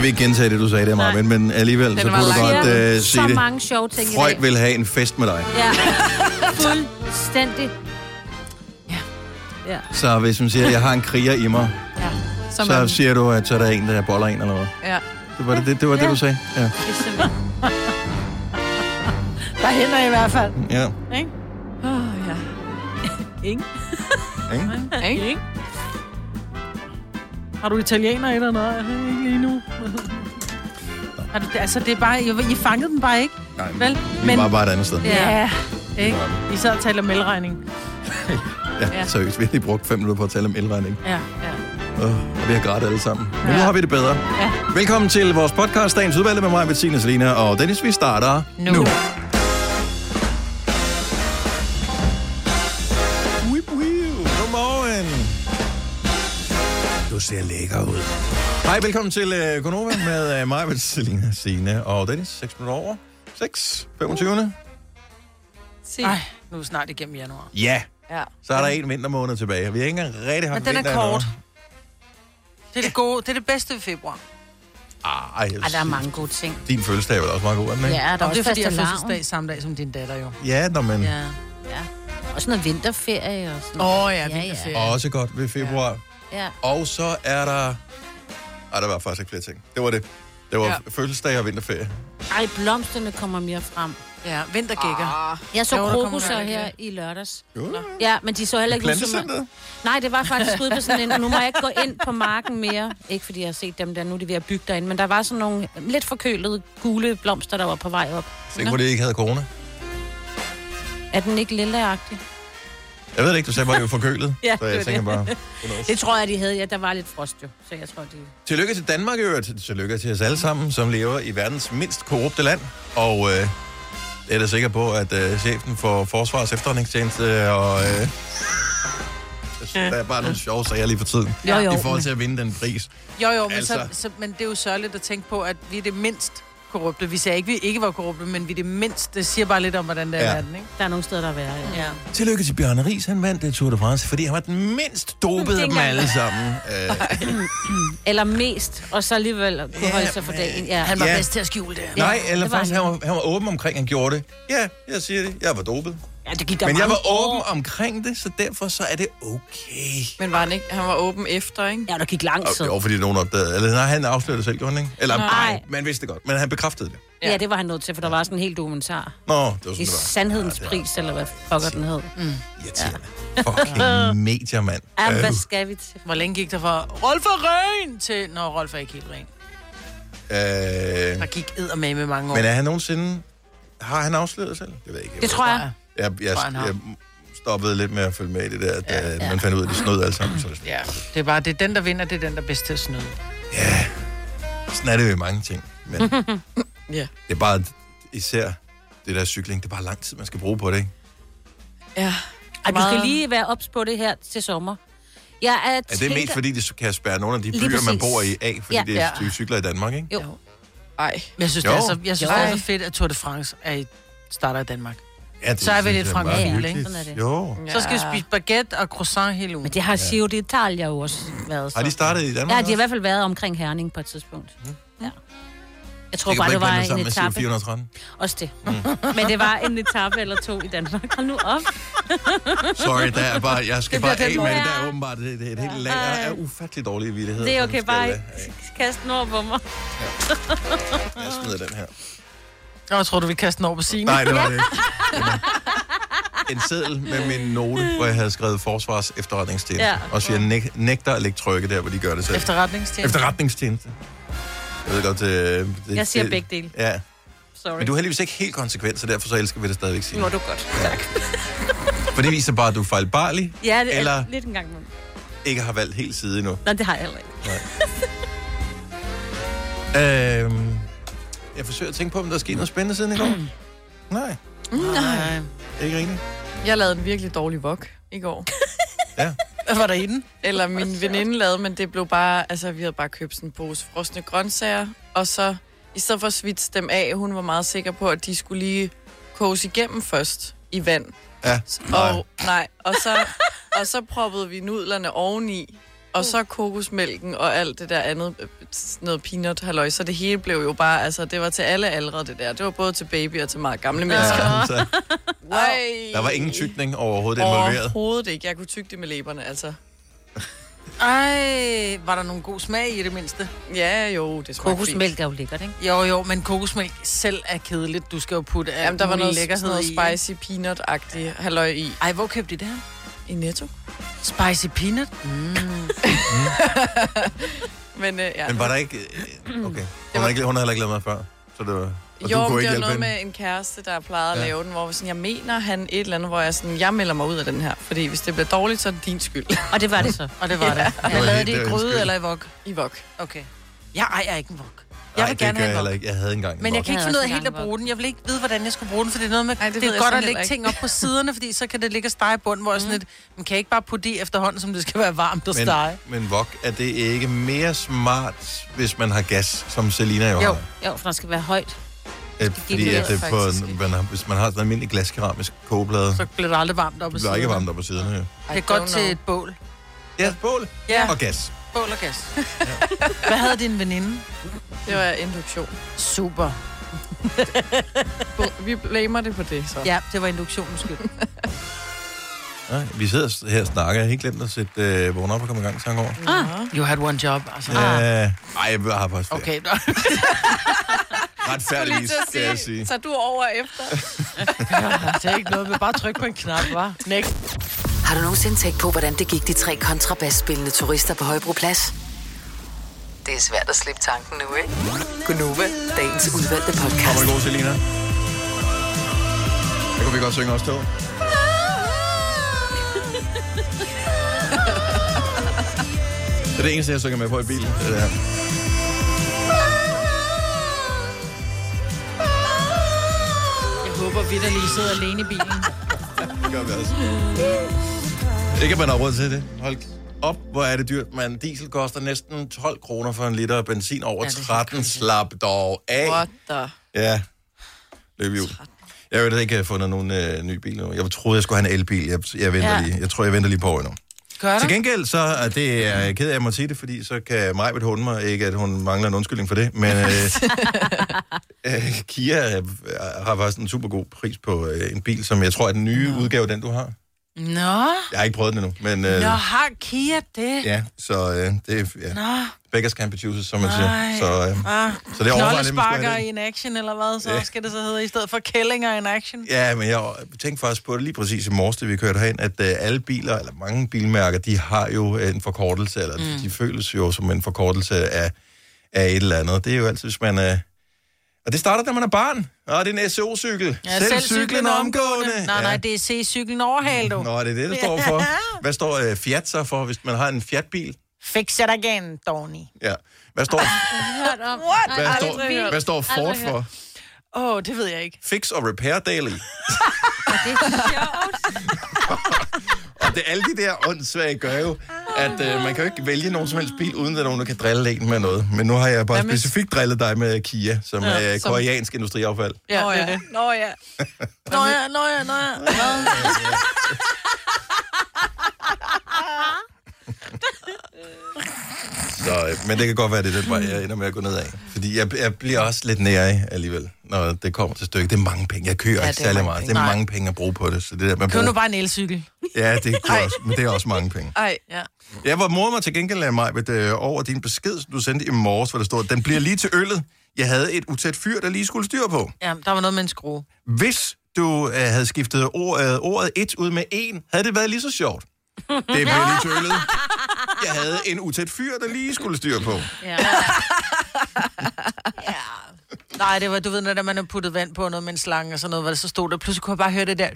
vil ikke gentage det, du sagde der, Maja, men alligevel, så kunne du godt sige så det. mange sjove ting Freud vil have en fest med dig. Ja, fuldstændig. Ja. Så hvis man siger, at jeg har en kriger i mig, så siger du, at så er der en, der boller en, eller hvad? Ja. Det var det, du sagde? Ja. Det er simpelthen... Der hænder i hvert fald. Ja. Ikke? Ja. Ingen. Ikke? Har du italiener eller noget? Ikke lige nu. Har du, altså, det er bare... I fangede den bare ikke. Nej, vel? Vi var bare et andet sted. Ja, ikke? I sad og taler om elregning. Ja, seriøst. Vi har lige brugt 5 minutter på at tale om elregning. Ja. Og vi har grædt alle sammen. Men nu har vi det bedre. Ja. Velkommen til vores podcast, Dagens Udvalgte med mig, Bettina, Selina og Dennis. Vi starter nu. Godmorgen. Du ser lækker ud. Hej, velkommen til Gonova med mig, Selina, Signe og Dennis. 6 minutter over. 6. 25. Ej, nu er vi snart igennem januar. Ja. Så er der en vintermåned tilbage. Vi har ikke engang rigtig haft vinter. Men den er kort. endnu. Det er det gode. Det er det bedste ved februar. Ej, der er mange gode ting. Din fødselsdag er vel også meget god, er den ikke? Ja, der er også det er fordi, jeg har fastelavn. fødselsdag samme dag som din datter, jo. Ja, når man... Ja. Og sådan noget vinterferie og sådan Ja, vinterferie. Også godt ved februar. Ja. Og så er der... Ej, der var faktisk ikke flere ting. Det var det. Det var fødselsdag og vinterferie. Ej, blomsterne kommer mere frem. Ja, vintergækker. Jeg så Jo, krokusser her i lørdags. Ja, men de så heller ikke ud som... Plantecenteret? Nej, det var faktisk ude på sådan en... Nu må jeg ikke gå ind på marken mere. Ikke fordi jeg har set dem der, nu er de ved at bygge derinde. Men der var sådan nogle lidt forkølede, gule blomster, der var på vej op. Sikker på, det ikke havde corona? Er den ikke lilleagtig? Jeg ved det ikke, du sagde bare, at det var forkølet. Ja, så jeg det tænker var bare... Det tror jeg, de havde. Ja, der var lidt frost jo. Så jeg tror, de... Tillykke til Danmark, tillykke til os alle sammen, som lever i verdens mindst korrupte land. Og jeg er da sikker på, at chefen for Forsvarets Efterretningstjeneste og... der er bare nogle sjove sager lige for tiden. Jo. I forhold til at vinde den pris. Jo, men, Altså- men det er jo sørgeligt at tænke på, at vi er det mindst korrupte. Vi siger ikke, at vi ikke var korrupte, men vi er det mindst. Det siger bare lidt om, hvordan det er verden, ikke? Der er nogle steder, der er værre, ja. Tillykke til Bjarne Riis, han vandt Tour de France, fordi han var den mindst dopede af dem alle sammen. Eller mest, og så alligevel kunne holde sig for dagen. Ja. Han var bedst til at skjule det. Nej, eller det var faktisk, han var åben omkring, han gjorde det. Ja, jeg siger det. Jeg var dopet. Ja, det gik der Men jeg mange var år. åben omkring det, så derfor så er det okay. Men var han ikke? Han var åben efter, ikke? Ja, der gik lang tid. Jo, fordi nogen opdagede. Eller nej, han afslørede det selv, gjorde han ikke? Eller Nej. man vidste det godt, men han bekræftede det. Ja, det var han nødt til, for der var sådan en hel dokumentar. Nå, det var sådan, I det var. Sandhedens Pris, eller hvad fucker den hed. Irriterende. Fucking medier, mand. Ja, hvad skal vi til? Hvor længe gik der fra Rolf er ren til... Nå, Rolf er ikke helt ren. Der gik eddermame med mange år. Men er han nogensinde... Har han afsløret selv? Det ved jeg ikke. Det tror jeg. Jeg stoppede lidt med at følge med i det der, at man fandt ud af, at de snød alle sammen. Så Ja, det er bare, det er den, der vinder, det er den, der er bedst til at snyde. ja, sådan er det jo i mange ting. Men Ja. det er bare især det der cykling, det er bare lang tid, man skal bruge på det, ikke? Ja. Ej, du skal lige være ops på det her til sommer. Er det mest fordi, det kan spærre nogle af de Lige byer, man præcis. bor i af, fordi Ja. det er de cykler i Danmark, ikke? Jo. Ej. Men jeg synes, Jo. det er så, Jo. det er så fedt, at Tour de France starter i Danmark. Ja, det Så er vi synes lidt jeg Frank meget og Hyl, hyggeligt. ikke? Sådan er det. Jo. Ja. Så skal vi spise baguette og croissant hele ugen. Men det har Giro d'Italia jo også været. Har de startet i Danmark? Ja, de har i hvert fald været omkring Herning på et tidspunkt. Ja. Jeg tror bare, det var en etape. 413. Også det. Men det var en etape eller to i Danmark. Hold nu op. Sorry, der er bare, jeg skal Det bliver bare af den med det. måde. Der er åbenbart det er et helt lager af ufattelig dårlige vittigheder. Det er som okay, skal bare af. kaste den over på mig. Jeg smider den her. Jeg tror, du vil kaste den over på Signe. Nej, det var det ikke. En seddel med min note, hvor jeg havde skrevet Forsvars Efterretningstjeneste. Ja. Og så jeg nægter at lægge trykke der, hvor de gør det selv. Efterretningstjeneste. Efterretningstjeneste. Jeg ved godt, det Jeg siger begge dele. Ja. Sorry. Men du er heldigvis ikke helt konsekvent, så derfor så elsker vi det stadigvæk, Signe. Nu er du godt. Tak. For det viser bare, at du er fejlbarlig, Ja, det er eller lidt en gang imellem. ikke har valgt helt side endnu. Nej, det har jeg heller ikke. Jeg forsøger at tænke på, om der er sket noget spændende siden i går. Nej, Nej. ikke rigtigt. Jeg lavede en virkelig dårlig wok i går. Ja. Hvad var der i den? Eller min veninde lavede, men det blev bare... Altså, vi havde bare købt sådan en pose frosne grøntsager, og så i stedet for at svitse dem af, hun var meget sikker på, at de skulle lige koges igennem først i vand. Ja. Og så proppede vi nudlerne oveni, Og så kokosmælken og alt det der andet, noget peanut halløj, så det hele blev jo bare, altså det var til alle aldre det der. Det var både til baby og til meget gamle mennesker. Så, der var ingen tykning overhovedet involveret. Overhovedet ikke. Jeg kunne tygge det med læberne, altså. Ej, var der nogen god smag i det mindste? Ja, jo, det smagte Kokosmælk er jo lækkert, ikke? Jo, men kokosmælk selv er kedeligt. Du skal jo putte alt. Jamen, der var noget lækkerhed noget i. spicy peanut-agtigt halløj i. Ej, hvor købte I det her? I Netto. Spicy peanut? Men, ja. Men var der ikke... Okay. Hun har heller ikke lavet mad før. Så det var... Og jo, du kunne det ikke var hjælpe noget hende? med en kæreste, der plejede at lave den, hvor sådan, jeg mener han et eller andet, hvor jeg sådan, jeg melder mig ud af den her. Fordi hvis det bliver dårligt, så er det din skyld. Og det var det så. Og det var det. Det var Jeg lavede helt det i deres gryde skyld. eller i vok? I vok. Okay. Jeg ejer ikke en vok. Jeg Nej, vil det gerne gør have jeg en heller vok. ikke. Jeg havde engang en Men jeg vok. kan ikke Jeg finde ud af havde helt også at bruge den. Jeg vil ikke vide, hvordan jeg skulle bruge den, for det er noget med, Nej, det det ved er jeg godt så at heller lægge ikke. ting op på siderne, fordi så kan det ligge og stege i bunden, hvor jeg sådan lidt, man kan ikke bare putte det efterhånden, som det skal være varmt at stege. Men wok, er det ikke mere smart, hvis man har gas, som Selina jo Jo. har? Jo, for der skal være højt. Fordi det at det på, faktisk ikke. hvis man har sådan en almindelig glaskeramisk kogeplade, Så bliver det aldrig varmt op på det bliver ikke siderne. varmt op på siderne. Jo. Det er godt til et bål. Ja, bål Ja, og gas. bål og gas. Hvad havde din veninde? Det var induktion. Super. Vi blamer det på det, så. Ja, det var induktionens skyld. Ja, vi sidder her og snakker. Jeg har helt glemt at sætte vågen op og komme i gang sang over. You had one job, altså. Ej, jeg har faktisk Okay, retfærdigvis, skal jeg sige. Så du over efter? det er ikke noget med bare trykke på en knap, hva'? Next. Har du nogensinde tænkt på, hvordan det gik de 3 kontrabasspillende turister på Højbroplads? Det er svært at slippe tanken nu, ikke? Gunova, dagens udvalgte podcast. Kommer det god, Selina? Det kunne vi godt synge også til. Det er det eneste, jeg synger med på i bilen. Det er det her. Jeg håber, vi der lige sidder alene i bilen. Det gør vi også. Ikke at man har råd til det. Hold op, hvor er det dyrt. Man, diesel koster næsten 12 kroner for en liter, benzin over 13. Slap dog af. What the? Ja, løbehjul. Jeg ved ikke, jeg har fundet nogen ny bil nu. Jeg troede, jeg skulle have en elbil. Jeg venter lige. Jeg tror, jeg venter lige på år endnu. Gør Til du? gengæld så er det jeg ked af, at jeg må sige det, fordi så kan Majbet hunde mig. Ikke, at hun mangler en undskyldning for det, men Kia har faktisk en super god pris på en bil, som jeg tror er den nye udgave, den du har. Nå. Jeg har ikke prøvet den endnu, men Nå, har Kia det? ja, så det er ja. Nå. Beggars can't be choosers, som man siger. Nej. Så det er overvejende, lidt, man skal Knoldesparker have det. in action, eller hvad så Ja. skal det så hedde, i stedet for kællinger in action? Ja, men jeg tænkte faktisk på det lige præcis i morges, da vi kørte herind, at alle biler, eller mange bilmærker, de har jo en forkortelse, eller de føles jo som en forkortelse af et eller andet. Det er jo altid, hvis man... Og det starter, da man er barn. Og det er en SO-cykel. Ja, Selv cyklen omgående. Nej, det er C-cyklen overhale, du. Nå, er det det, der står for? Hvad står Fiat så for, hvis man har en Fiat-bil? Fix it again, Donny. Ja. Hvad står, Hørt om. hvad står Ford for? Det ved jeg ikke. Fix og repair daily. Det er sjovt. Og det alle de der åndssvage gør jo, at man kan jo ikke vælge nogen som helst bil, uden at nogen der kan drille en med noget. Men nu har jeg bare specifikt drillet dig med Kia, som er koreansk industriaffald. Ja, Nå det ja. er det. Nå ja. Nå ja. Så, men det kan godt være, det er den vej, jeg ender med at gå ned af. Fordi jeg bliver også lidt nærig alligevel, når det kommer til stykket. Det er mange penge. Jeg kører ikke særlig meget. Det er mange penge at bruge på det. Så det der, man Køb nu bruger... bare en elcykel. Ja, det er også, men det er også mange penge. Ej, Ja. Jeg var modet mig til gengæld af mig over din besked, som du sendte i morges, hvor der stod, den bliver lige til øllet. Jeg havde et utæt fyr, der lige skulle styr på. Ja, der var noget med en skrue. Hvis du havde skiftet ordet et ud med en, havde det været lige så sjovt. Det bliver lige til øllet. Jeg havde en utæt fyr, der lige skulle styr på. Ja. Nej, det var, du ved, når man har puttet vand på noget med en slange og sådan noget, hvor det så stod der. Pludselig kunne jeg bare høre det der.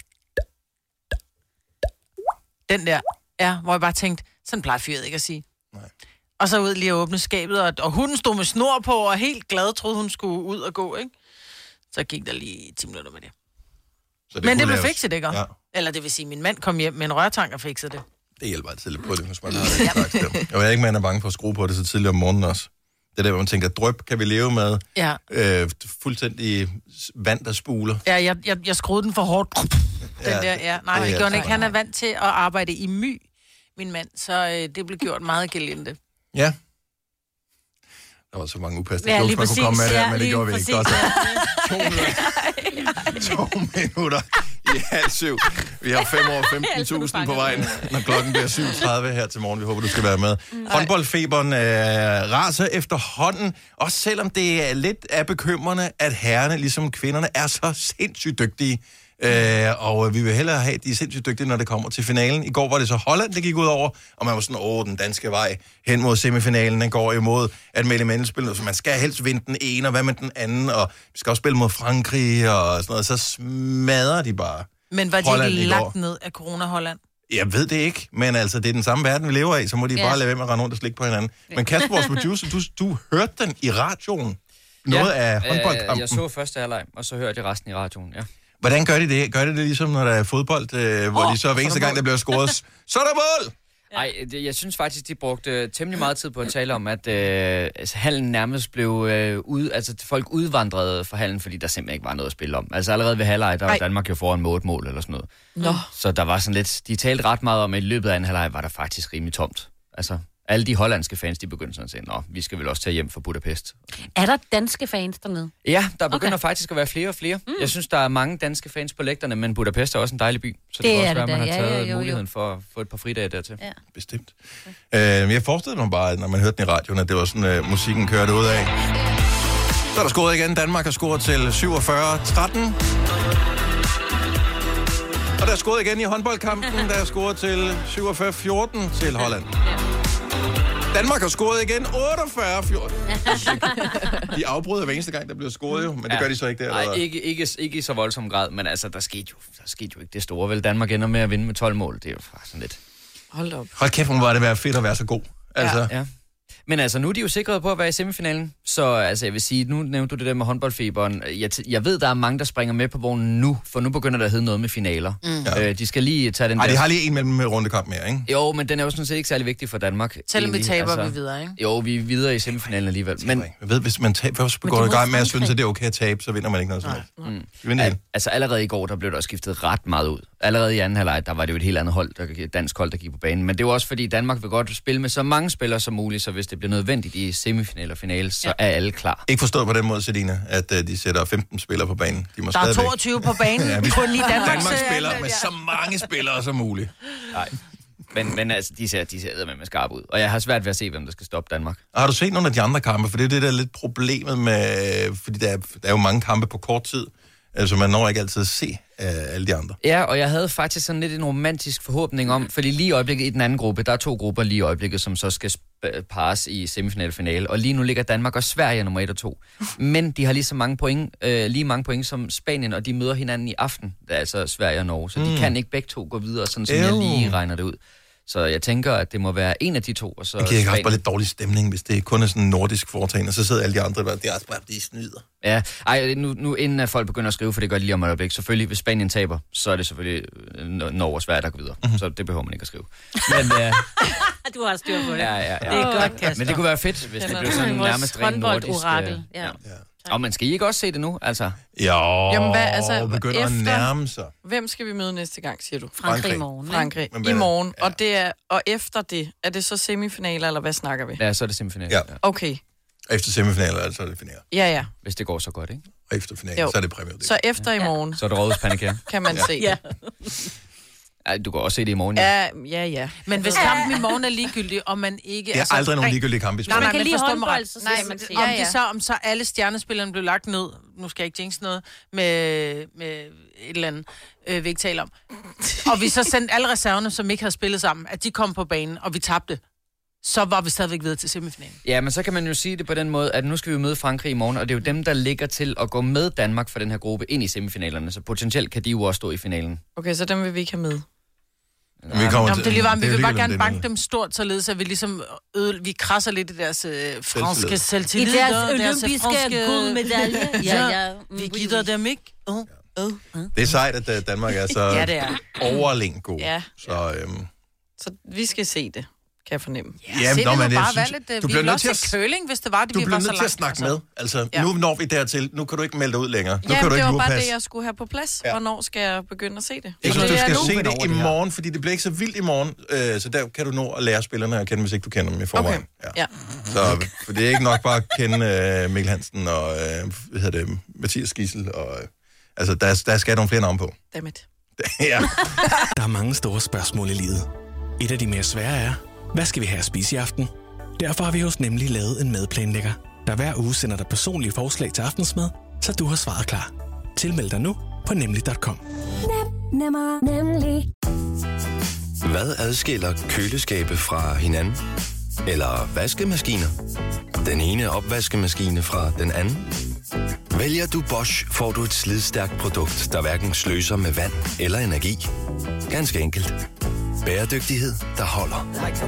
Den der. Ja, hvor jeg bare tænkte, sådan plejer fyret ikke at sige. Nej. Og så ud lige at åbne skabet, og hunden stod med snor på, og helt glad troede, hun skulle ud og gå, ikke? Så gik der lige 10 minutter med det. Så Men det kunne blev laves. fikset, ikke? Ja, Eller det vil sige, min mand kom hjem med en rørtang og fikset det. det hjælper altid lidt på det, hvis man har det straks der. Jeg ved ikke, man er bange for at skrue på det så tidligt om morgenen også. Det er der, hvor man tænker, drøb kan vi leve med. Ja. Fuldstændig vand, der spuler. Ja, jeg skruede den for hårdt. Den Ja, der, ja. Nej, det det er gjorde han altså- ikke. Han er vant til at arbejde i my. min mand, så det blev gjort meget gelinde. Ja. Der var så mange upassende Ja, jokes, lige man kunne komme med præcis. der, Ja, men det lige gjorde vi ikke. Godt, så. 2 minutter i 6:30. Vi har 5 år 15.000 på vejen, når klokken bliver 7:30 her til morgen. Vi håber, du skal være med. Håndboldfeberen raser efterhånden, også selvom det er lidt af bekymrende, at herrerne, ligesom kvinderne, er så sindssygt dygtige. Og vi vil hellere have, at de er sindssygt dygtige, når det kommer til finalen. I går var det så Holland, det gik ud over, og man var sådan, den danske vej hen mod semifinalen, den går imod at melde mellemspil, så man skal helst vinde den ene, og hvad med den anden, og vi skal også spille mod Frankrig, og sådan noget, så smadrer de bare. Men var de Holland ikke i går. lagt ned af corona-Holland? Jeg ved det ikke, men altså, det er den samme verden, vi lever i, så må de bare lade være med at rende rundt og slikke på hinanden. Men Kasper, vores producer, du hørte den i radioen, noget af håndboldkampen. Jeg så første halvleg, og så hørte jeg resten i radioen, ja. Hvordan gør de det? Gør de det ligesom, når der er fodbold, hvor de så hver eneste gang, der bliver scoret, så er der mål! Nej, jeg synes faktisk, de brugte temmelig meget tid på at tale om, at hallen nærmest blev folk udvandrede fra hallen, fordi der simpelthen ikke var noget at spille om. Altså allerede ved halvleg, der var Danmark jo foran med 8 mål eller sådan noget. Nå. Så der var sådan lidt, de talte ret meget om, at i løbet af en halvleg var der faktisk rimelig tomt. Altså alle de hollandske fans, de begyndte sådan at sige, vi skal vel også tage hjem fra Budapest. Er der danske fans dernede? Ja, der begynder faktisk at være flere og flere. Jeg synes, der er mange danske fans på lægterne, men Budapest er også en dejlig by. Så det kan også være, man har taget muligheden for at få et par fridage dertil. Ja. Bestemt. Jeg forestillede mig bare, at når man hørte den i radioen, at det var sådan, musikken kørte ud af. Så er der scoret igen. Danmark har scoret til 47-13. Og der er scoret igen i håndboldkampen. Der er scoret til 47-14 til Holland. Danmark har scoret igen 48-14. De afbryder hver eneste gang, der bliver scoret jo, men det gør de så ikke der. Nej, ikke i så voldsom grad, men altså, der skete jo ikke det store. Vel, Danmark ender med at vinde med 12 mål. Det er jo sådan lidt. Hold op. Hold kæft, hvor var det være fedt at være så god. Altså. Ja. Men altså, nu er de jo sikret på at være i semifinalen, så altså, jeg vil sige, nu nævnte du det der med håndboldfeberen. Jeg ved, der er mange, der springer med på vognen nu, for nu begynder der at hedde noget med finaler. De skal lige tage den der... de har lige en mellem rundekamp mere, ikke? Jo, men den er jo sådan set ikke særlig vigtig for Danmark. Selvom vi taber, vi videre, ikke? Jo, vi er videre i semifinalen alligevel. Men jeg ved, hvis man først går i gang med at synes, at det er okay at tabe, så vinder man ikke noget som helst. Altså allerede i går, der blev der skiftet ret meget ud. Allerede i anden halvleg, der var det jo et helt andet hold, et dansk hold, der gik på banen. Men det var også fordi, Danmark vil godt spille med så mange spillere som muligt, så hvis det bliver nødvendigt i semifinal og finale, så er alle klar. Ikke forstået på den måde, Selina, at de sætter 15 spillere på banen. De må der er 22 på banen. Kun i Danmark spiller med så mange spillere som muligt. Nej. Men altså, de ser med skarpe ud. Og jeg har svært ved at se, hvem der skal stoppe Danmark. Har du set nogle af de andre kampe? For det er det, der er lidt problemet med... Fordi der er jo mange kampe på kort tid, så man når ikke altid at se alle de andre. Ja, og jeg havde faktisk sådan lidt en romantisk forhåbning om, fordi lige i øjeblikket i den anden gruppe, der er 2 grupper lige i øjeblikket, som så skal pares i semifinal og finale. Og lige nu ligger Danmark og Sverige nummer 1 og 2. Men de har lige så mange point, lige mange point som Spanien, og de møder hinanden i aften. Det er altså Sverige og Norge, så de kan ikke begge to gå videre, sådan som jeg lige regner det ud. Så jeg tænker, at det må være en af de 2, og så... Det giver ikke også bare lidt dårlig stemning, hvis det kun er sådan en nordisk foretagende, og så sidder alle de andre, det er også bare, de snyder. Ja, nu inden at folk begynder at skrive, for det gør det lige om et øjeblik. Selvfølgelig, hvis Spanien taber, så er det selvfølgelig Norge og Sverige, der går videre. Så det behøver man ikke at skrive. Men, du har styr på det. Ja. Det er godt, Kasper. Men det kunne være fedt, hvis det blev sådan nærmest ren nordisk... Ja. Og man skal I ikke også se det nu, altså? Jamen, begynder at nærme sig. Hvem skal vi møde næste gang, siger du? Frankrig i morgen. Frankrig i morgen. Ja. Og efter det, er det så semifinaler, eller hvad snakker vi? Ja, så er det semifinaler. Ja. Okay. Efter semifinaler, så er det finaler. Ja. Hvis det går så godt, ikke? Og efter finalen, så er det præmie. Så efter i morgen. Så er det rådhuspaniker. Kan man se det. Ja, du kan også se det i morgen. Ja. Men hvis kampen i morgen er ligegyldig, og man ikke... Det er aldrig nogen ligegyldige kamp i spil. Man kan lige håndbold, så nej, men om så alle stjernespillerne blev lagt ned, nu skal jeg ikke jinx noget, med et eller andet, vi ikke taler om. Og vi så sendte alle reserverne, som ikke havde spillet sammen, at de kom på banen, og vi tabte. Så var vi stadigvæk videre til semifinalen. Ja, men så kan man jo sige det på den måde, at nu skal vi møde Frankrig i morgen, og det er jo dem, der ligger til at gå med Danmark for den her gruppe ind i semifinalerne, så potentielt kan de jo også stå i finalen. Okay, så dem vil vi ikke have med. Vi vil bare gerne banke dem stort, således at vi ligesom vi krasser lidt i deres franske selvtillid. I deres olympiske guldmedalje. Ja. Vi gider dem ikke. Det er sejt, at Danmark er så overlegen god. Ja. Så vi skal se det. jeg fornemme. Ja, Se, nå, det men må jeg bare synes, være lidt... du Vi bliver vil nødt også til til curling, hvis det var det, Du vi bliver var så nødt til at langt. snakke med. Altså, Ja. nu når vi dertil. Nu kan du ikke melde dig ud længere. Nu Ja, kan du det ikke var bare lurpasse. det, jeg skulle have på plads. Ja. Hvornår skal jeg begynde at se det? Jeg synes, det du er skal nu. se Men det over i det her. morgen, fordi det bliver ikke så vildt i morgen. Så der kan du nå at lære spillerne at kende, hvis ikke du kender dem i forvejen. Ja. Så for det er ikke nok bare at kende Mikkel Hansen og hvad hedder det, Mathias Gidsel. Og, altså, der skal nogle flere navne på. Dammit. Ja. Der er mange store spørgsmål i livet. Et af de mere svære er, hvad skal vi have at spise i aften? Derfor har vi hos Nemlig lavet en madplanlægger, der hver uge sender dig personlige forslag til aftensmad, så du har svaret klar. Tilmeld dig nu på nemlig.com. Nemlig. Hvad adskiller køleskabe fra hinanden? Eller vaskemaskiner? Den ene opvaskemaskine fra den anden? Vælger du Bosch, får du et slidstærkt produkt, der hverken sløser med vand eller energi. Ganske enkelt. Bæredygtighed, der holder.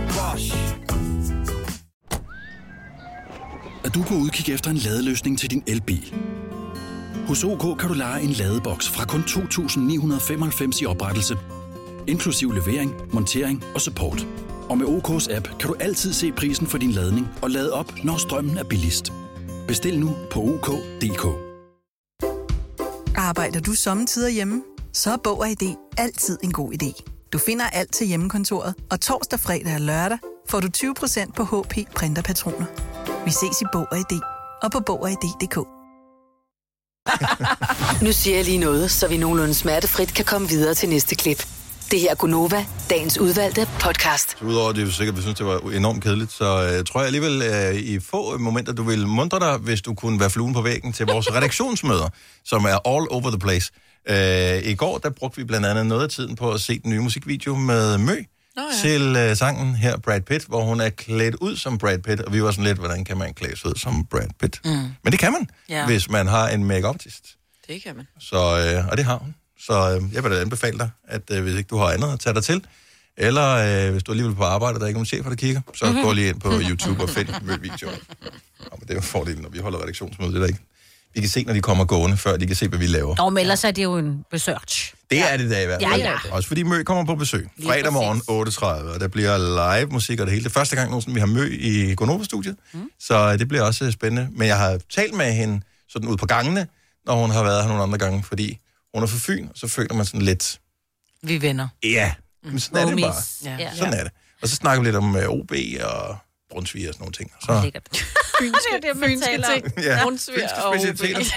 Er du på udkig efter en ladeløsning til din elbil? Hos OK kan du leje en ladeboks fra kun 2.995 i oprettelse, inklusiv levering, montering og support. Og med OK's app kan du altid se prisen for din ladning og lade op, når strømmen er billigst. Bestil nu på OK.dk. Arbejder du sommetider hjemme? Så er Bog og ID altid en god idé. Du finder alt til hjemmekontoret, og torsdag, fredag og lørdag får du 20% på HP printerpatroner. Vi ses i Bog og ID og på Bog og ID.dk. Nu siger jeg lige noget, så vi nogenlunde smertefrit kan komme videre til næste klip. Det her er Gunova, dagens udvalgte podcast. Så udover det, sikkert, vi synes, det var enormt kedeligt, så tror jeg alligevel i få momenter, du vil muntre dig, hvis du kunne være fluen på væggen til vores redaktionsmøder, som er all over the place. I går, der brugte vi blandt andet noget af tiden på at se den nye musikvideo med Mø til sangen her, Brad Pitt, hvor hun er klædt ud som Brad Pitt, og vi var sådan lidt, hvordan kan man klæde sig ud som Brad Pitt? Men det kan man, hvis man har en make-up-artist. Det kan man. Så, og det har hun. Så jeg vil da anbefale dig, at hvis ikke du har andet at tage dig til, eller hvis du er alligevel på arbejde, og der er ikke nogen chefer, der kigger, så gå lige ind på YouTube og find Mø-videoer. Men det er jo fordelen, når vi holder redaktionsmøde. Det er der ikke. Vi kan se, når de kommer gående, før de kan se, hvad vi laver. Nå, men ellers er det jo en research. Det er det da i hvert fald. Ja. Også fordi Mø kommer på besøg. Fredag morgen 8.30, og der bliver live musik og det hele. Det er første gang nogensinde, vi har Mø i Gonova-studiet, så det bliver også spændende. Men jeg har talt med hende sådan ud på gangene, når hun har været her nogle andre gange, fordi hun er fra Fyn, og så føler man sådan lidt... Vi venner. Ja, men sådan er det bare. Ja. Sådan er det. Og så snakker vi lidt om OB og Brunsvig og sådan nogle ting. Så... Lækkert. Det er det, man taler om. Ja, Brunsvig fynske og specialiteter.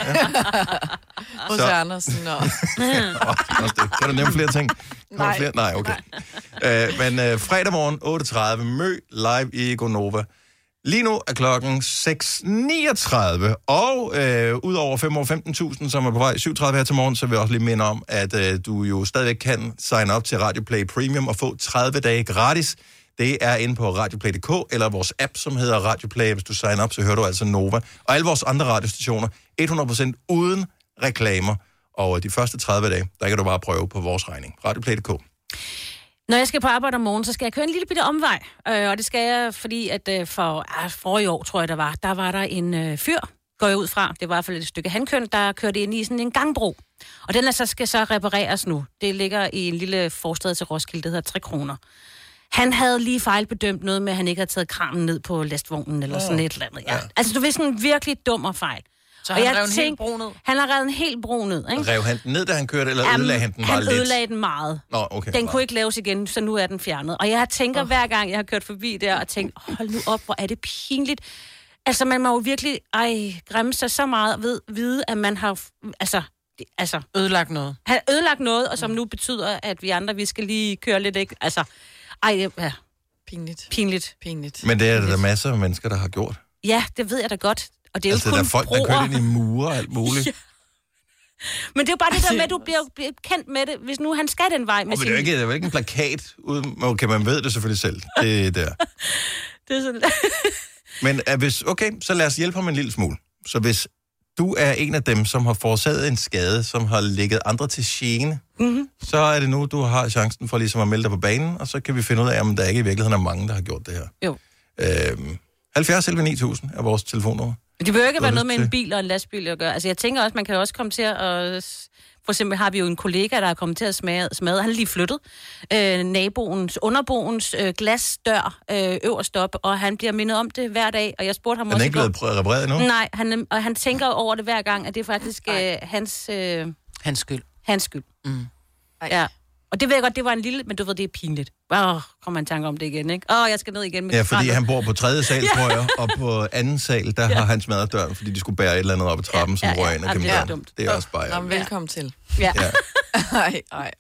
Hos Andersen og... Også det. Kan du nævne flere ting? Nej. Nej, okay. Men fredag morgen 8.30, Mø live i Gonova. Lige nu er klokken 6.39, og udover 5.15.000, som er på vej 7.30 her til morgen, så vil jeg også lige minde om, at du jo stadigvæk kan signe op til Radio Play Premium og få 30 dage gratis. Det er inde på radioplay.dk, eller vores app, som hedder Radio Play. Hvis du signer op, så hører du altså Nova. Og alle vores andre radiostationer, 100% uden reklamer. Og de første 30 dage, der kan du bare prøve på vores regning. Radioplay.dk. Når jeg skal på arbejde om morgenen, så skal jeg køre en lille bitte omvej. Og det skal jeg, fordi at for i år, tror jeg, der var der en fyr, går jeg ud fra. Det var i hvert fald et stykke handkøn, der kørte ind i sådan en gangbro. Og den skal så repareres nu. Det ligger i en lille forstad til Roskilde, der hedder 3 kroner. Han havde lige fejlbedømt noget med, at han ikke havde taget kranen ned på lastvognen, eller sådan et eller andet. Ja. Altså, du ved, sådan en virkelig dummer fejl. Så han rev en helt bro ned? Han har revet en helt bro ned, ikke? Rev han den ned, da han kørte, eller ødelagde han den bare lidt? Han ødelagde den meget. Nå, okay. Den kunne ikke laves igen, så nu er den fjernet. Og jeg tænker hver gang, jeg har kørt forbi der, og tænkt, hold nu op, hvor er det pinligt. Altså, man må jo virkelig græmme sig så meget ved vide, at man har... Altså ødelagt noget. Han har ødelagt noget, og som nu betyder, at vi andre, vi skal lige køre lidt, ikke? Altså, ja. Pinligt. Men det er der masser af mennesker, der har gjort. Ja, det ved jeg da godt. Og det er altså, jo kun der er folk, der kører ind i mure og alt muligt. Ja. Men det er jo bare det der med, at du bliver kendt med det, hvis nu han skal den vej med men det er jo ikke en plakat. Okay, man ved det selvfølgelig selv. Det er der. Det er sådan... Men så lad os hjælpe ham en lille smule. Så hvis du er en af dem, som har forårsaget en skade, som har ligget andre til gene, så er det nu, du har chancen for ligesom at melde dig på banen, og så kan vi finde ud af, om der ikke i virkeligheden er mange, der har gjort det her. Jo. 70 11 9000 er vores telefonnummer. Det behøver ikke være noget med en bil og en lastbil at gøre. Altså, jeg tænker også, man kan også komme til at For eksempel har vi jo en kollega, der er kommet til at smadre. Han er lige flyttet. Underboens glasdør øverst op, og han bliver mindet om det hver dag. Og jeg spurgte ham også... Den er ikke blevet repareret endnu? Nej, han tænker over det hver gang, at det er faktisk hans... Hans skyld. Hans skyld. Ja. Og det ved jeg godt, det var en lille... Men du ved, det er pinligt. Kommer man tanker om det igen, ikke? Jeg skal ned igen med fordi han bor på 3. sal, tror jeg, og på 2. sal, der har han smadret døren, fordi de skulle bære et eller andet op ad trappen, som røg ind og kæmpe døren. Det er også bare... Velkommen til. Ja. Ej.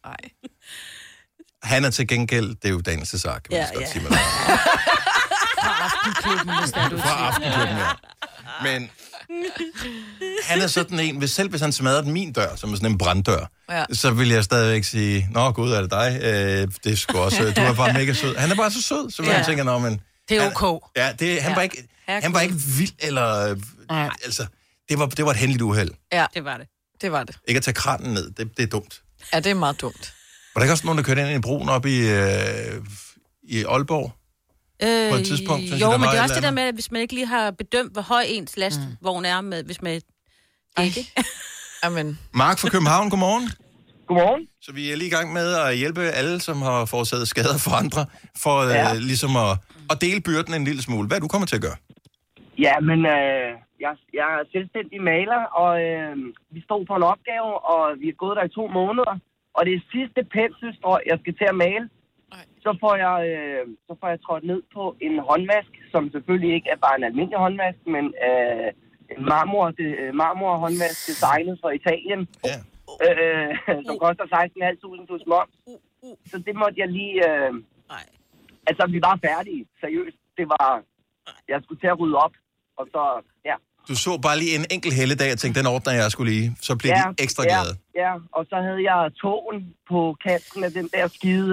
Han er til gengæld, det er jo Daniel Cesar, kan man godt sige. Fra Aftenklubben, hvis der er du. Fra Aftenklubben, ja. Men han er sådan en, hvis han smadrede min dør, som er sådan en branddør, så vil jeg stadigvæk sige, nå gud, er det dig? Det er sgu også, du er bare mega sød. Han er bare så sød, så jeg tænker, nå, men... Det er ok. Han var ikke vild, eller... Altså, det var et hændeligt uheld. Ja, det var det. Ikke at tage kranen ned, det er dumt. Ja, det er meget dumt. Var der ikke også nogen, der kørte ind i broen op i Aalborg? På et tidspunkt, synes jo, jeg, men det er også det der med, at hvis man ikke lige har bedømt, hvor høj ens lastvogn er, med, hvis man ikke... Amen. Mark fra København, godmorgen. Godmorgen. Så vi er lige i gang med at hjælpe alle, som har forårsaget skader for andre, for ligesom at dele byrden en lille smule. Hvad er du kommer til at gøre? Ja, men jeg er selvstændig maler, og vi stod på en opgave, og vi er gået der i 2 måneder. Og det sidste penselstrøg, jeg skal til at male, så får jeg trådt ned på en håndvask, som selvfølgelig ikke er bare en almindelig håndvask, men en marmorhåndvask designet fra Italien, som koster 16.500 plus moms. Så det måtte jeg lige... altså, vi var færdige. Seriøst. Det var... Jeg skulle til at rydde op, og så... Ja. Du så bare lige en enkelt helligdag og tænkte, den ordner jeg skulle lige. Så bliver de ekstra glade. Ja, og så havde jeg tågen på kanten af den der skide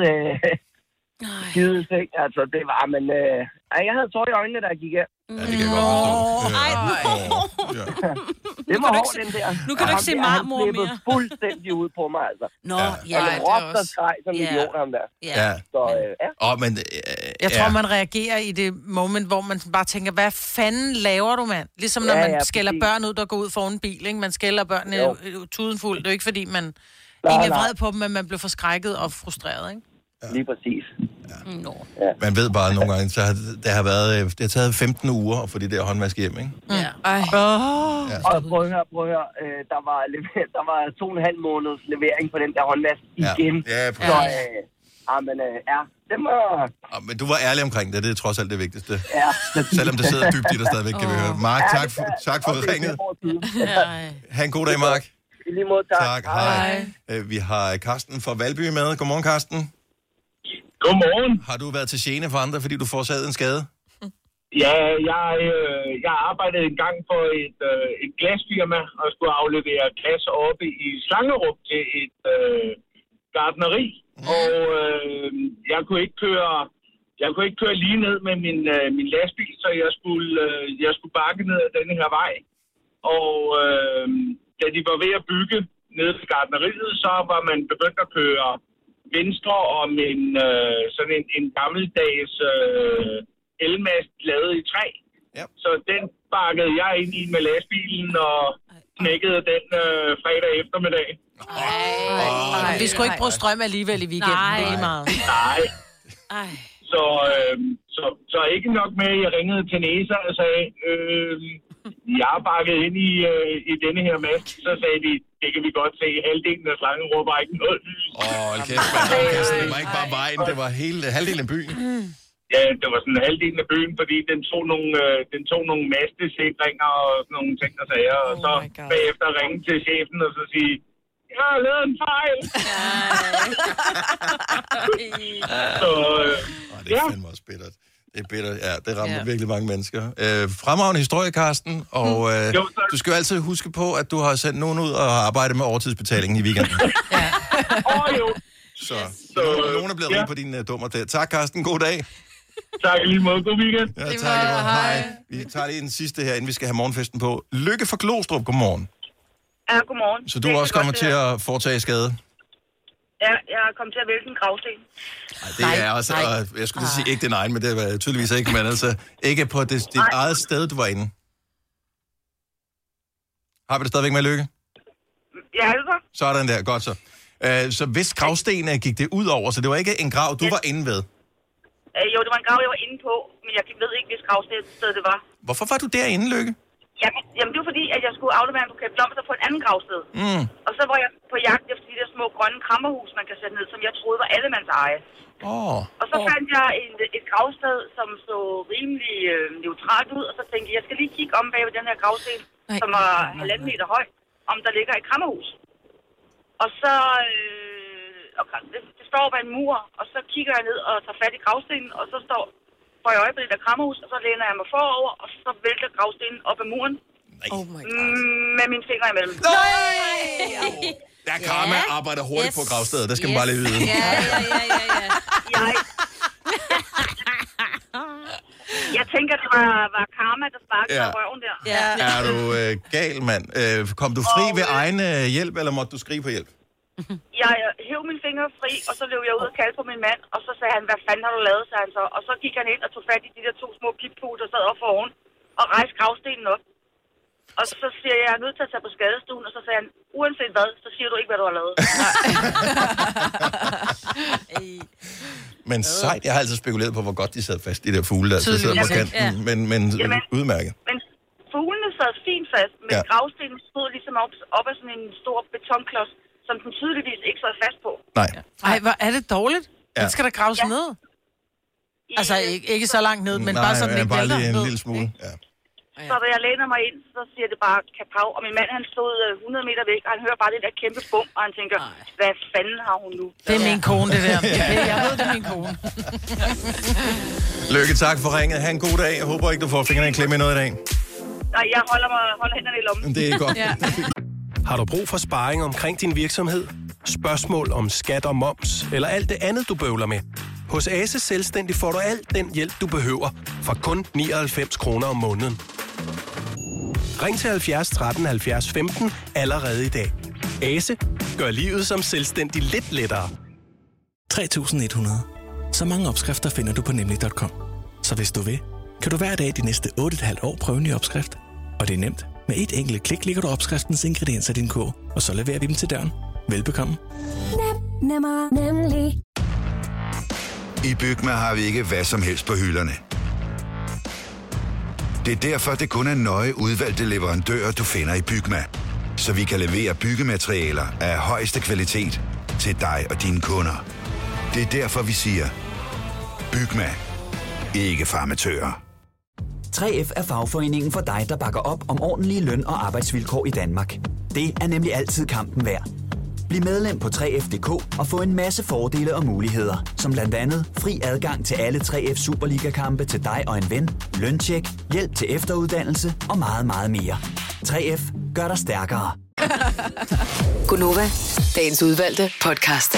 ting. Altså, det var, men... jeg havde tår i øjnene, der gik af. Ja, det kan jeg godt forstå. Det var hårdt, den der. Nu kan du ikke se marmor mere. Han flippede fuldstændig ud på mig, altså. Nå, ja. Han råbte og skreg som idiot, ham der. Ja. Så, men... Jeg tror, man reagerer i det moment, hvor man bare tænker, hvad fanden laver du, mand? Ligesom når man skælder børn ud, der går ud foran en bil, ikke? Man skælder børnene tudenfuld. Det er jo ikke, fordi man egentlig er vred på dem, men man bliver forskrækket og frustreret, ikke? Ja. Lige præcis. Ja. Man ved bare nogle gange, så det har taget 15 uger at få de der håndvask hjem, ikke? Ja. Og prøv at høre, der var 2,5 måneders levering på den der håndvask igen. Ja, så, det var... Men du var ærlig omkring det, det er trods alt det vigtigste. Ja. Selvom det sidder dybt i dig stadigvæk, kan vi høre. Mark, tak for ringet. Ha' en god dag, Mark. I lige måde, tak. Hej. Vi har Karsten fra Valby med. Godmorgen, Karsten. Godmorgen. Har du været til gene for andre, fordi du forårsaget en skade? Ja, jeg arbejdede engang for et glasfirma og skulle aflevere glas oppe i Slangerup til et gartneri. Og jeg kunne ikke køre lige ned med min lastbil, så jeg skulle bakke ned ad denne her vej. Og da de var ved at bygge nede ved gartneriet, så var man begyndt at køre venstre om sådan en gammeldags elmast lavet i træ. Ja. Så den bakkede jeg ind i med lastbilen og knækkede den fredag eftermiddag. Vi skulle ikke bruge strøm alligevel i weekenden. Det er lige meget. Nej. Så ikke nok med, at jeg ringede til Næser og sagde, jeg er bakket ind i denne her mast. Så sagde de, det kan vi godt se, halvdelen af Slangerup var ikke noget lys. Det var ikke bare vejen, det var halvdelen af byen. Ja, det var sådan halvdelen af byen, fordi den tog nogle mastesikringer og sådan nogle ting og sager. Og så bagefter ringe til chefen og så sige, jeg har lavet en fejl. Det er fandme også bittert. Det er bittert, ja. Det rammer virkelig mange mennesker. Fremragende historie, Karsten. Og du skal jo altid huske på, at du har sendt nogen ud og arbejdet med overtidsbetalingen i weekenden. Så nogen er blevet rige på din dummer der. Tak, Karsten. God dag. Tak lige måde. God weekend. Ja, tak. Hej. Vi tager lige den sidste her, inden vi skal have morgenfesten på. Lykke fra Glostrup. Godmorgen. Ja, godmorgen. Så du er også kommet til at foretage skade? Ja, jeg er kommet til at vælte en gravsten. Det er også, jeg skulle sige ikke din egen, men det var tydeligvis ikke, men altså ikke på dit eget sted, du var inde. Har vi det stadigvæk med, Lykke? Ja, altså. Sådan der, godt så. Så hvis gravstenene gik det ud over, så det var ikke en grav, du var inde ved? Jo, det var en grav, jeg var inde på, men jeg ved ikke, hvis gravsted det var. Hvorfor var du derinde, Lykke? Jamen, det var fordi, at jeg skulle aflevere en buket blomster på et andet gravsted. Og så var jeg på jagt efter de der små grønne krammerhus, man kan sætte ned, som jeg troede var allemands eje. Og så fandt jeg et gravsted, som så rimelig neutralt ud, og så tænkte jeg skal lige kigge om bag ved den her gravsten, som var 1,5 meter høj, om der ligger et krammerhus. Og så... det står ved en mur, og så kigger jeg ned og tager fat i gravstenen, og så får jeg øje på det der krammerhus, og så læner jeg mig forover, og så vælter gravstenen op ad muren. Oh my God. Med mine fingre imellem. Der Karma arbejder hurtigt på gravstedet, det skal man bare lige vide. Jeg tænker, det var Karma, der sparkede røven der. Er du gal, mand? Kom du fri ved egen hjælp, eller måtte du skrige på hjælp? Jeg hæv mine fingre fri, og så løb jeg ud og kaldte på min mand, og så sagde han, hvad fanden har du lavet, sagde han så. Og så gik han ind og tog fat i de der 2 små pippuler, der sad op for oven, og rejste gravstenen op. Og så siger jeg er nødt til at tage på skadestuen, og så sagde han, uanset hvad, så siger du ikke, hvad du har lavet. Men sejt, jeg har altid spekuleret på, hvor godt de sad fast, de der fugle der. Så sidder på kanten, men udmærket. Men fuglene sad fint fast, men gravstenen stod ligesom op af sådan en stor betonklods, som den tydeligvis ikke sad fast på. Nej. Ej, hvor er det dårligt? Den skal der graves ned. Altså, ikke så langt ned, men bare sådan bare lige en lille smule. Ja. Så da jeg læner mig ind, så siger det bare kapav, og min mand han stod 100 meter væk, og han hører bare det der kæmpe bum, og han tænker, hvad fanden har hun nu? Det er min kone, det der. Jeg ved, det er min kone. Lykke, tak for ringet. Ha' en god dag. Jeg håber ikke, du får fingrene i klemme i noget i dag. Nej, jeg holder hænderne i lommen. Det er godt. Har du brug for sparring omkring din virksomhed? Spørgsmål om skat og moms, eller alt det andet, du bøvler med? Hos Ase Selvstændig får du alt den hjælp, du behøver, for kun 99 kroner om måneden. Ring til 70 13 70 15 allerede i dag. Ase gør livet som selvstændig lidt lettere. 3.100. Så mange opskrifter finder du på nemlig.com. Så hvis du vil, kan du hver dag de næste 8,5 år prøve en ny opskrift. Og det er nemt. Med et enkelt klik ligger du opskriftens ingredienser i din kog, og så leverer vi dem til døren. Velbekomme. Nemmer, nemlig. I Bygma har vi ikke hvad som helst på hylderne. Det er derfor, det kun er nøje udvalgte leverandører, du finder i Bygma. Så vi kan levere byggematerialer af højeste kvalitet til dig og dine kunder. Det er derfor, vi siger, Bygma. Ikke farmatører. 3F er fagforeningen for dig, der bakker op om ordentlige løn- og arbejdsvilkår i Danmark. Det er nemlig altid kampen værd. Bliv medlem på 3F.dk og få en masse fordele og muligheder, som blandt andet fri adgang til alle 3F Superliga-kampe til dig og en ven, løntjek, hjælp til efteruddannelse og meget, meget mere. 3F gør dig stærkere. Gunova, dagens udvalgte podcast.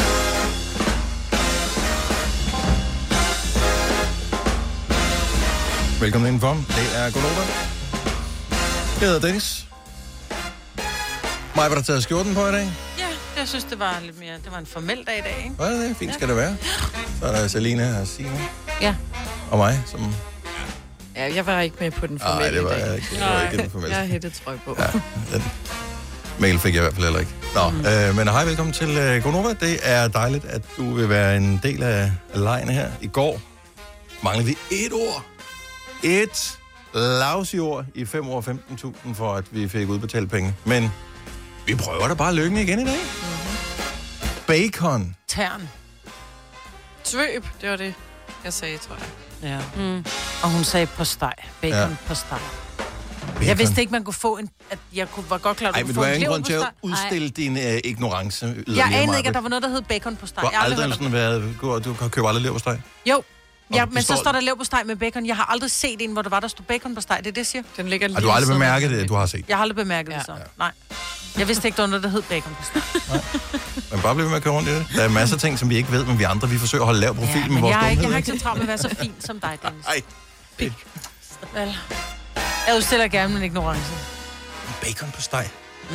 Velkommen indenfor. Det er Gunova. Jeg hedder Dennis. Maja, har du taget skjorten på i dag? Ja, jeg synes, det var lidt mere... Det var en formel dag i dag, ikke? Hvad er det? Fint skal det være. Så er der Selina og Signe. Ja. Og mig, som... Ja, jeg var ikke med på den formelle Nej, det var dag. jeg ikke. Det var ikke den formelle. Jeg har hættetrøj på. Ja, den mail fik jeg i hvert fald heller ikke. Nå, men hej, velkommen til Gonova. Det er dejligt, at du vil være en del af lejene her. I går manglede vi et ord. Et lavsjord i 5 år 15.000 for, at vi fik udbetalt penge. Men vi prøver da bare lykken igen i dag. Bacon. Tern. Svøb, det var det, jeg sagde, tror jeg. Ja. Og hun sagde på steg. Bacon på steg. Jeg vidste ikke, man kunne få en... At jeg var godt klar, at Ej, du men kunne du få har en ingen grund til at leverpostej. udstille din ignorance yderligere. Jeg anede ikke, at der var noget, der hed bacon på steg. Du har aldrig sådan været... Du kan købe aldrig leverpostej? Jo. Ja, men står- så står der leverpostej med bacon. Jeg har aldrig set en, hvor der stod bacon på steg. Det er det, jeg siger. Den ligger Har du aldrig bemærket det, du har set? Jeg har aldrig bemærket det så. Nej. Jeg vidste ikke, der var noget, der hed bacon på steg. Men bare bliv ved med at køre rundt i det. Der er masser af ting, som vi ikke ved, men vi andre, vi forsøger at holde lav profil med Men vores jeg har dumhed. ikke så travlt med at være så fin som dig, Dennis. Ej. Vel. Jeg udstiller gerne min ignorance. Bacon på steg.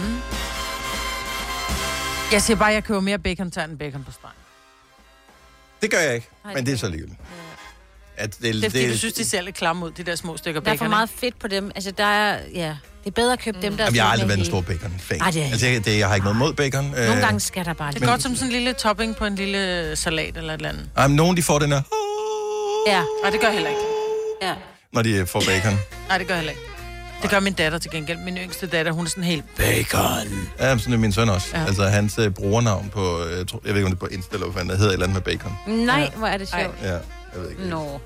Jeg siger bare, at jeg køber mere bacon-tern end bacon på steg. Det gør jeg ikke, men det er så ligegyldigt. at Det er fordi, du synes, de ser lidt klamme ud, de der små stykker Der er bacon. for meget fedt på dem. Altså, der er... Ja, det er bedre at købe dem, der... Jamen, jeg har aldrig med været en hele. stor bacon-fan. Ej, det er Altså, jeg har ikke noget mod bacon. Nogle gange skal der bare Det er godt som sådan en lille topping på en lille salat eller et eller andet. Jamen, nogen de får den her, Ja. Nej, det gør jeg heller ikke. Ja. når de får bacon. Nej, det gør jeg heller ikke. Det gør min datter til gengæld. Min yngste datter, hun er sådan helt bacon. Ja, sådan er min søn også. Ja. Altså, hans brugernavn på, jeg ved ikke, om det er på Insta eller hvad fanden det hedder, et eller andet med bacon. Nej, hvor er det sjovt. Ja, jeg ved ikke. Nå.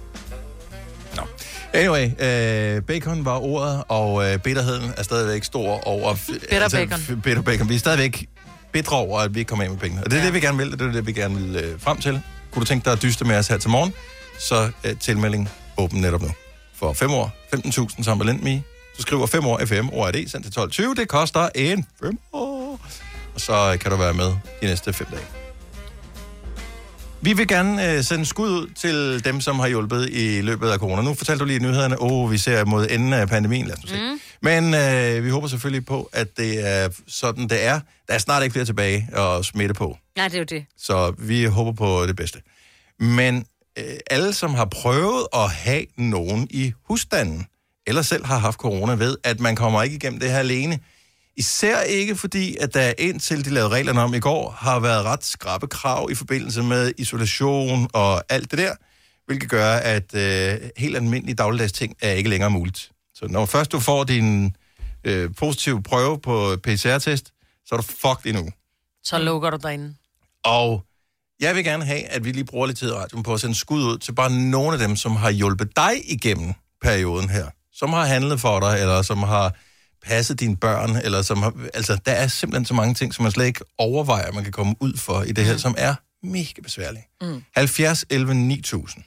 Anyway, bacon var ordet, og bitterheden er stadigvæk stor over... Bitterbacon. Bitterbacon. Vi er stadigvæk bitre over, at vi ikke kommer af med penge. Og det er det, vi gerne vil. Det er det, vi gerne vil frem til. Kunne du tænke dig at dyste med os her til morgen, så tilmelding åben netop nu. For 5 år, 15.000 som Valent. Du skriver 5 år FM, ORD, sendt til 12.20. Det koster en 5 år. Og så kan du være med de næste 5 dage. Vi vil gerne sende skud ud til dem, som har hjulpet i løbet af corona. Nu fortalte du lige i nyhederne, vi ser mod enden af pandemien, lad os se. Men vi håber selvfølgelig på, at det er sådan, det er. Der er snart ikke flere tilbage at smitte på. Nej, det er jo det. Så vi håber på det bedste. Men alle, som har prøvet at have nogen i husstanden, eller selv har haft corona, ved, at man kommer ikke igennem det her alene. Især ikke fordi, at der indtil de lavede reglerne om i går, har været ret skrappe krav i forbindelse med isolation og alt det der, hvilket gør, at helt almindelige dagligdags ting er ikke længere muligt. Så når først du får din positive prøve på PCR-test, så er du fucked endnu. Så lukker du derinde. Og jeg vil gerne have, at vi lige bruger lidt tid i radioen på at sende skud ud til bare nogle af dem, som har hjulpet dig igennem perioden her. Som har handlet for dig, eller som har passet dine børn, eller som har... Altså, der er simpelthen så mange ting, som man slet ikke overvejer, at man kan komme ud for i det her, som er mega besværligt. 70, 11, 9000.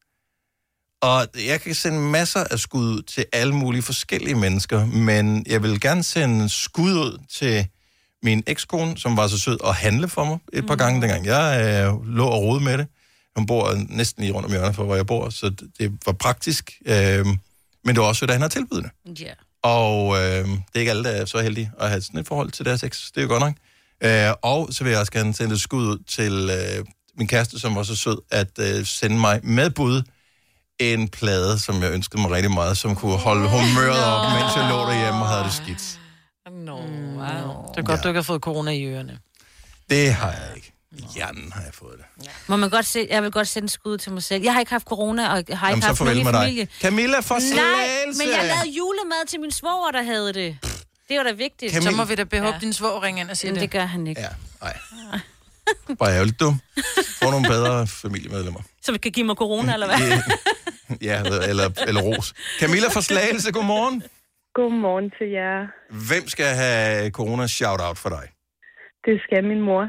Og jeg kan sende masser af skud ud til alle mulige forskellige mennesker, men jeg vil gerne sende skud ud til min ekskone, som var så sød at handle for mig et par gange, dengang jeg lå og rode med det. Hun bor næsten lige rundt om hjørnet for, hvor jeg bor, så det var praktisk. Men det var også sødt, at han har tilbydende. Ja. Og det er ikke alle, der er så heldige at have sådan et forhold til deres eks. Det er jo godt nok. Og så vil jeg også gerne sende et skud ud til min kæreste, som var så sød at sende mig med bud en plade, som jeg ønskede mig rigtig meget, som kunne holde humøret op, mens jeg lå derhjemme og havde det skidt. Wow. Det er godt, du ikke har fået corona i ørerne. Det har jeg ikke. I hjernen har jeg fået det. Må man godt se, jeg vil godt sende skud til mig selv. Jeg har ikke haft corona, og jeg har ikke haft nogen i familie. Camilla fra Slagelse. Nej, men jeg lavede julemad til min svoger, der havde det. Det var da vigtigt. Så må vi da behåbe din svoger ringe ind og sige det. Det gør han ikke. Ja, nej. Bare ærgerligt, du. Få nogle bedre familiemedlemmer. Så vi kan give mig corona, eller hvad? Ja, eller ros. Camilla fra Slagelse, godmorgen. Godmorgen til jer. Hvem skal have corona shout-out for dig? Det skal min mor,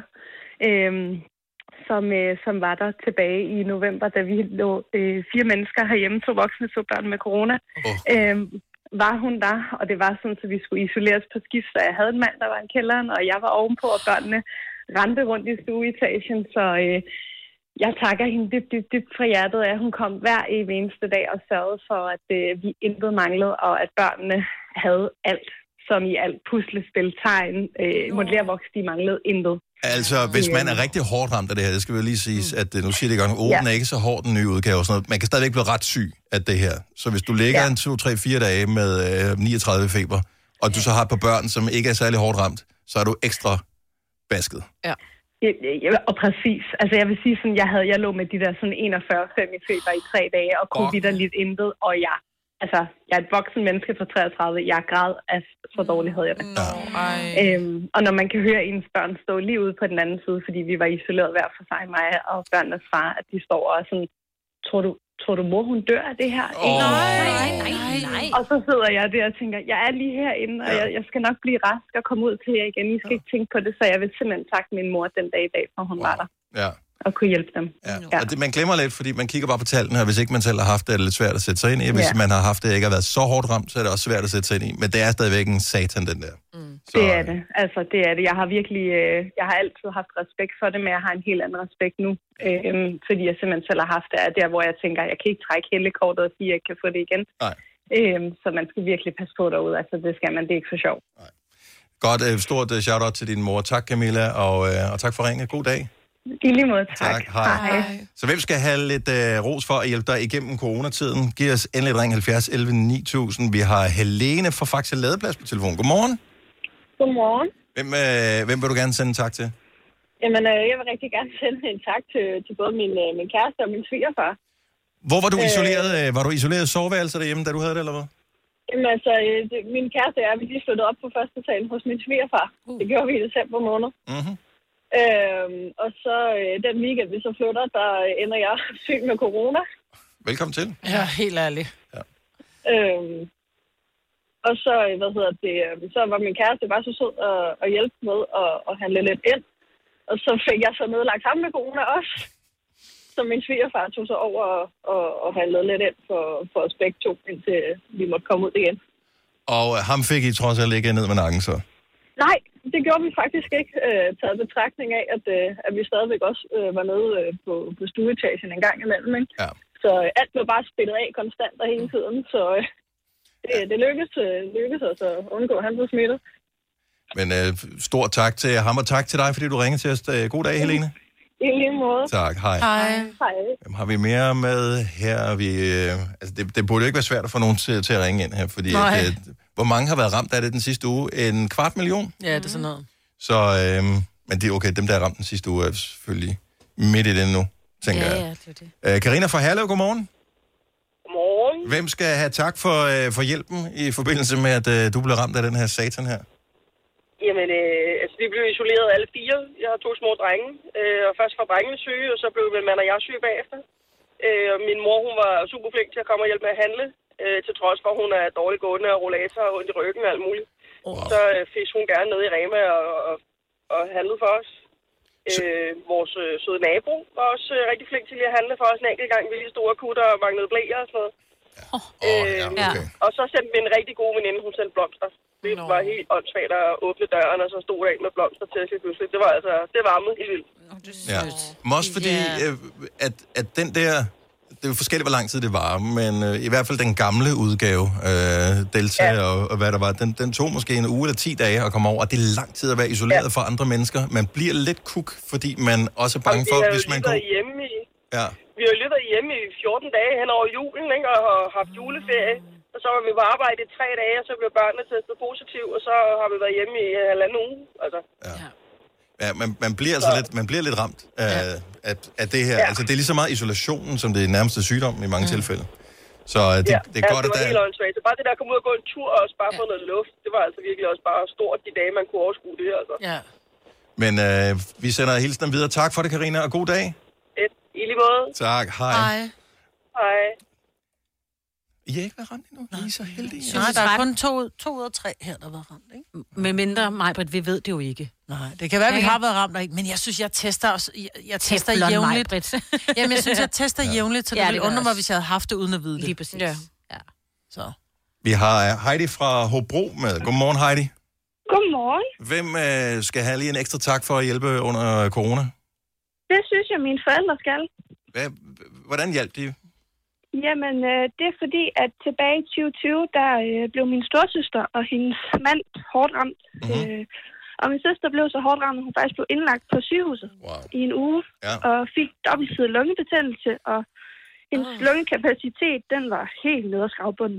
som var der tilbage i november, da vi lå 4 mennesker herhjemme, 2 voksne, 2 børn med corona. Var hun der, og det var sådan, at vi skulle isoleres på skift, så jeg havde en mand, der var i kælderen, og jeg var ovenpå, og børnene rendte rundt i stueetagen, så jeg takker hende dybt fra hjertet, at hun kom hver eneste dag og sørgede for, at vi intet manglede, og at børnene havde alt, som i alt puslespil, tegn, modellervoks, de manglede intet. Altså, hvis man er rigtig hårdt ramt af det her, det skal vi lige sige, at nu siger det i gang, den er ikke så hård, den nye udgave og sådan noget. Man kan stadigvæk blive ret syg af det her. Så hvis du ligger 2, 3, 4 dage med 39 feber, og du så har et par børn, som ikke er særlig hårdt ramt, så er du ekstra basket. Ja. Og præcis. Altså, jeg vil sige sådan, jeg lå med de der sådan 41,5 i feber i 3 dage, og kunne vitterligt intet, og jeg er et voksen menneske på 33. Jeg græd af så dårligt havde jeg det. Og når man kan høre ens børn stå lige ude på den anden side, fordi vi var isoleret hver for sig, mig og børnenes far, at de står og sådan, tror du mor, hun dør af det her? Nej. Og så sidder jeg der og tænker, jeg er lige herinde, og jeg skal nok blive rask og komme ud til jer igen. I skal ikke tænke på det, så jeg vil simpelthen takke min mor den dag i dag, for hun var der. Ja. Og kunne hjælpe dem. Ja. Og det, man glemmer lidt, fordi man kigger bare på tallene her. Hvis ikke man selv har haft det, er det lidt svært at sætte sig ind i. Hvis man har haft det, ikke har været så hårdt ramt, så er det også svært at sætte sig ind i. Men det er stadigvæk en satan, den der. Så, det er det. Altså, det er det. Jeg har virkelig, jeg har altid haft respekt for det, men jeg har en helt anden respekt nu. Fordi jeg simpelthen selv har haft det, der hvor jeg tænker, jeg kan ikke trække hellekortet og sige, at jeg kan få det igen. Nej. Så man skal virkelig passe på derude. Altså, det skal man. Det er ikke for sjov. Nej. Godt, stort shout-out til din mor. Tak, Camilla, og tak for ringet. God dag. I lige måde, tak. Hej. Så hvem skal have lidt ros for at hjælpe dig igennem coronatiden? Giv os endelig et ring 70 11 9000. Vi har Helene fra Faxe Ladeplads på telefon. Godmorgen. Godmorgen. Hvem vil du gerne sende en tak til? Jamen, jeg vil rigtig gerne sende en tak til både min kæreste og min svigerfar. Hvor var du isoleret? Var du isoleret soveværelse derhjemme, da du havde det, eller hvad? Jamen altså, min kæreste og jeg, vi lige flyttede op på første salen hos min svigerfar. Det gjorde vi i december måned. Mm-hmm. Og så den weekend, vi så flytter, der ender jeg syg med corona. Velkommen til. Ja, helt ærligt. Ja. Og så, så var min kæreste bare så sød at hjælpe med at handle lidt ind. Og så fik jeg så nedlagt ham med corona også. Så min svigerfar tog så over og handlede lidt ind for os begge to, indtil vi måtte komme ud igen. Og ham fik I trods alt ikke ned med nakken, så? Nej, det gjorde vi faktisk ikke, taget betragtning af, at vi stadigvæk også var nede på stueetagen en gang imellem. Ikke? Ja. Så alt blev bare spillet af konstant og hele tiden, så det lykkedes os at undgå, at han blev smittet. Men stor tak til ham, og tak til dig, fordi du ringede til os. God dag, Helene. I lige måde. Tak, hej. Hej. Hvem har vi mere med her? Det burde jo ikke være svært at få nogen til at ringe ind her, fordi hvor mange har været ramt af det den sidste uge? 250.000? Ja, det er sådan noget. Så, men det er okay, dem der er ramt den sidste uge er selvfølgelig midt i det nu, tænker jeg. Ja, det er det. Carina fra Herlev, godmorgen. Godmorgen. Hvem skal have tak for hjælpen i forbindelse med, at du blev ramt af den her satan her? Jamen, vi blev isoleret alle 4. Jeg har 2 små drenge. Og først var drengene syge, og så blev min mand og jeg syge bagefter. Og min mor, hun var super flink til at komme og hjælpe med at handle. Til trods for, at hun er dårligt gående og rollator og ondt i ryggen og alt muligt. Wow. Så fik hun gerne ned i Rema og handlede for os. Vores søde nabo var også rigtig flink til at handle for os en enkelt gang. Vi lige stod og kutter og manglede blæer og sådan noget. Okay. Og så sendte vi en rigtig god veninde, hun sendte blomster. Det var helt åndssvagt at åbne døren, og så stod der en med blomster til sig pludselig. Det var altså, det varmede helt vildt. Ja. Men også fordi, at den der, det er jo forskelligt, hvor lang tid det var, men i hvert fald den gamle udgave, Delta og hvad der var, den tog måske en uge eller 10 dage at komme over, og det er lang tid at være isoleret fra andre mennesker. Man bliver lidt kuk, fordi man også er bange for, hvis man går... Vi har jo lige været hjemme i 14 dage hen over julen, ikke, og har haft juleferie. Og så var vi på arbejde i 3 dage, og så blev børnene testet positiv, og så har vi været hjemme i 1,5 uge. Altså. Ja, man bliver lidt ramt af det her. Ja. Altså, det er lige så meget isolationen, som det er nærmeste sygdom i mange tilfælde. Så det er godt, det var helt åndssvagt. Så bare det der at komme ud og gå en tur og også bare få noget luft, det var altså virkelig også bare stort de dage, man kunne overskue det her. Altså. Ja. Men vi sender hilsen videre. Tak for det, Carina, og god dag. I lige måde. Tak, hej. Hej. I har ikke været ramt endnu? I er så heldige. Nej, der er kun 2 ud af 3 her, der har været ramt, ikke? Med mindre, Majbrit, vi ved det jo ikke. Nej, det kan være, at vi har været ramt, ikke? Men jeg synes, jeg tester også. Jeg tester jævnligt. Jamen, jeg synes, jeg tester jævnligt, så det ville undre mig, hvis jeg havde haft det uden at vide det. Lige præcis. Ja. Så. Vi har Heidi fra Hobro med. Godmorgen, Heidi. Godmorgen. Hvem skal have lige en ekstra tak for at hjælpe under corona? Det synes jeg, mine forældre skal. Hvordan hjalp de? Jamen, det er fordi, at tilbage i 2020, der blev min storsøster og hendes mand hårdt ramt. Mm-hmm. Og min søster blev så hårdt ramt, at hun faktisk blev indlagt på sygehuset i en uge. Ja. Og fik dobbeltsidig lungebetændelse, og hendes lungekapacitet, den var helt nede af skravbunden.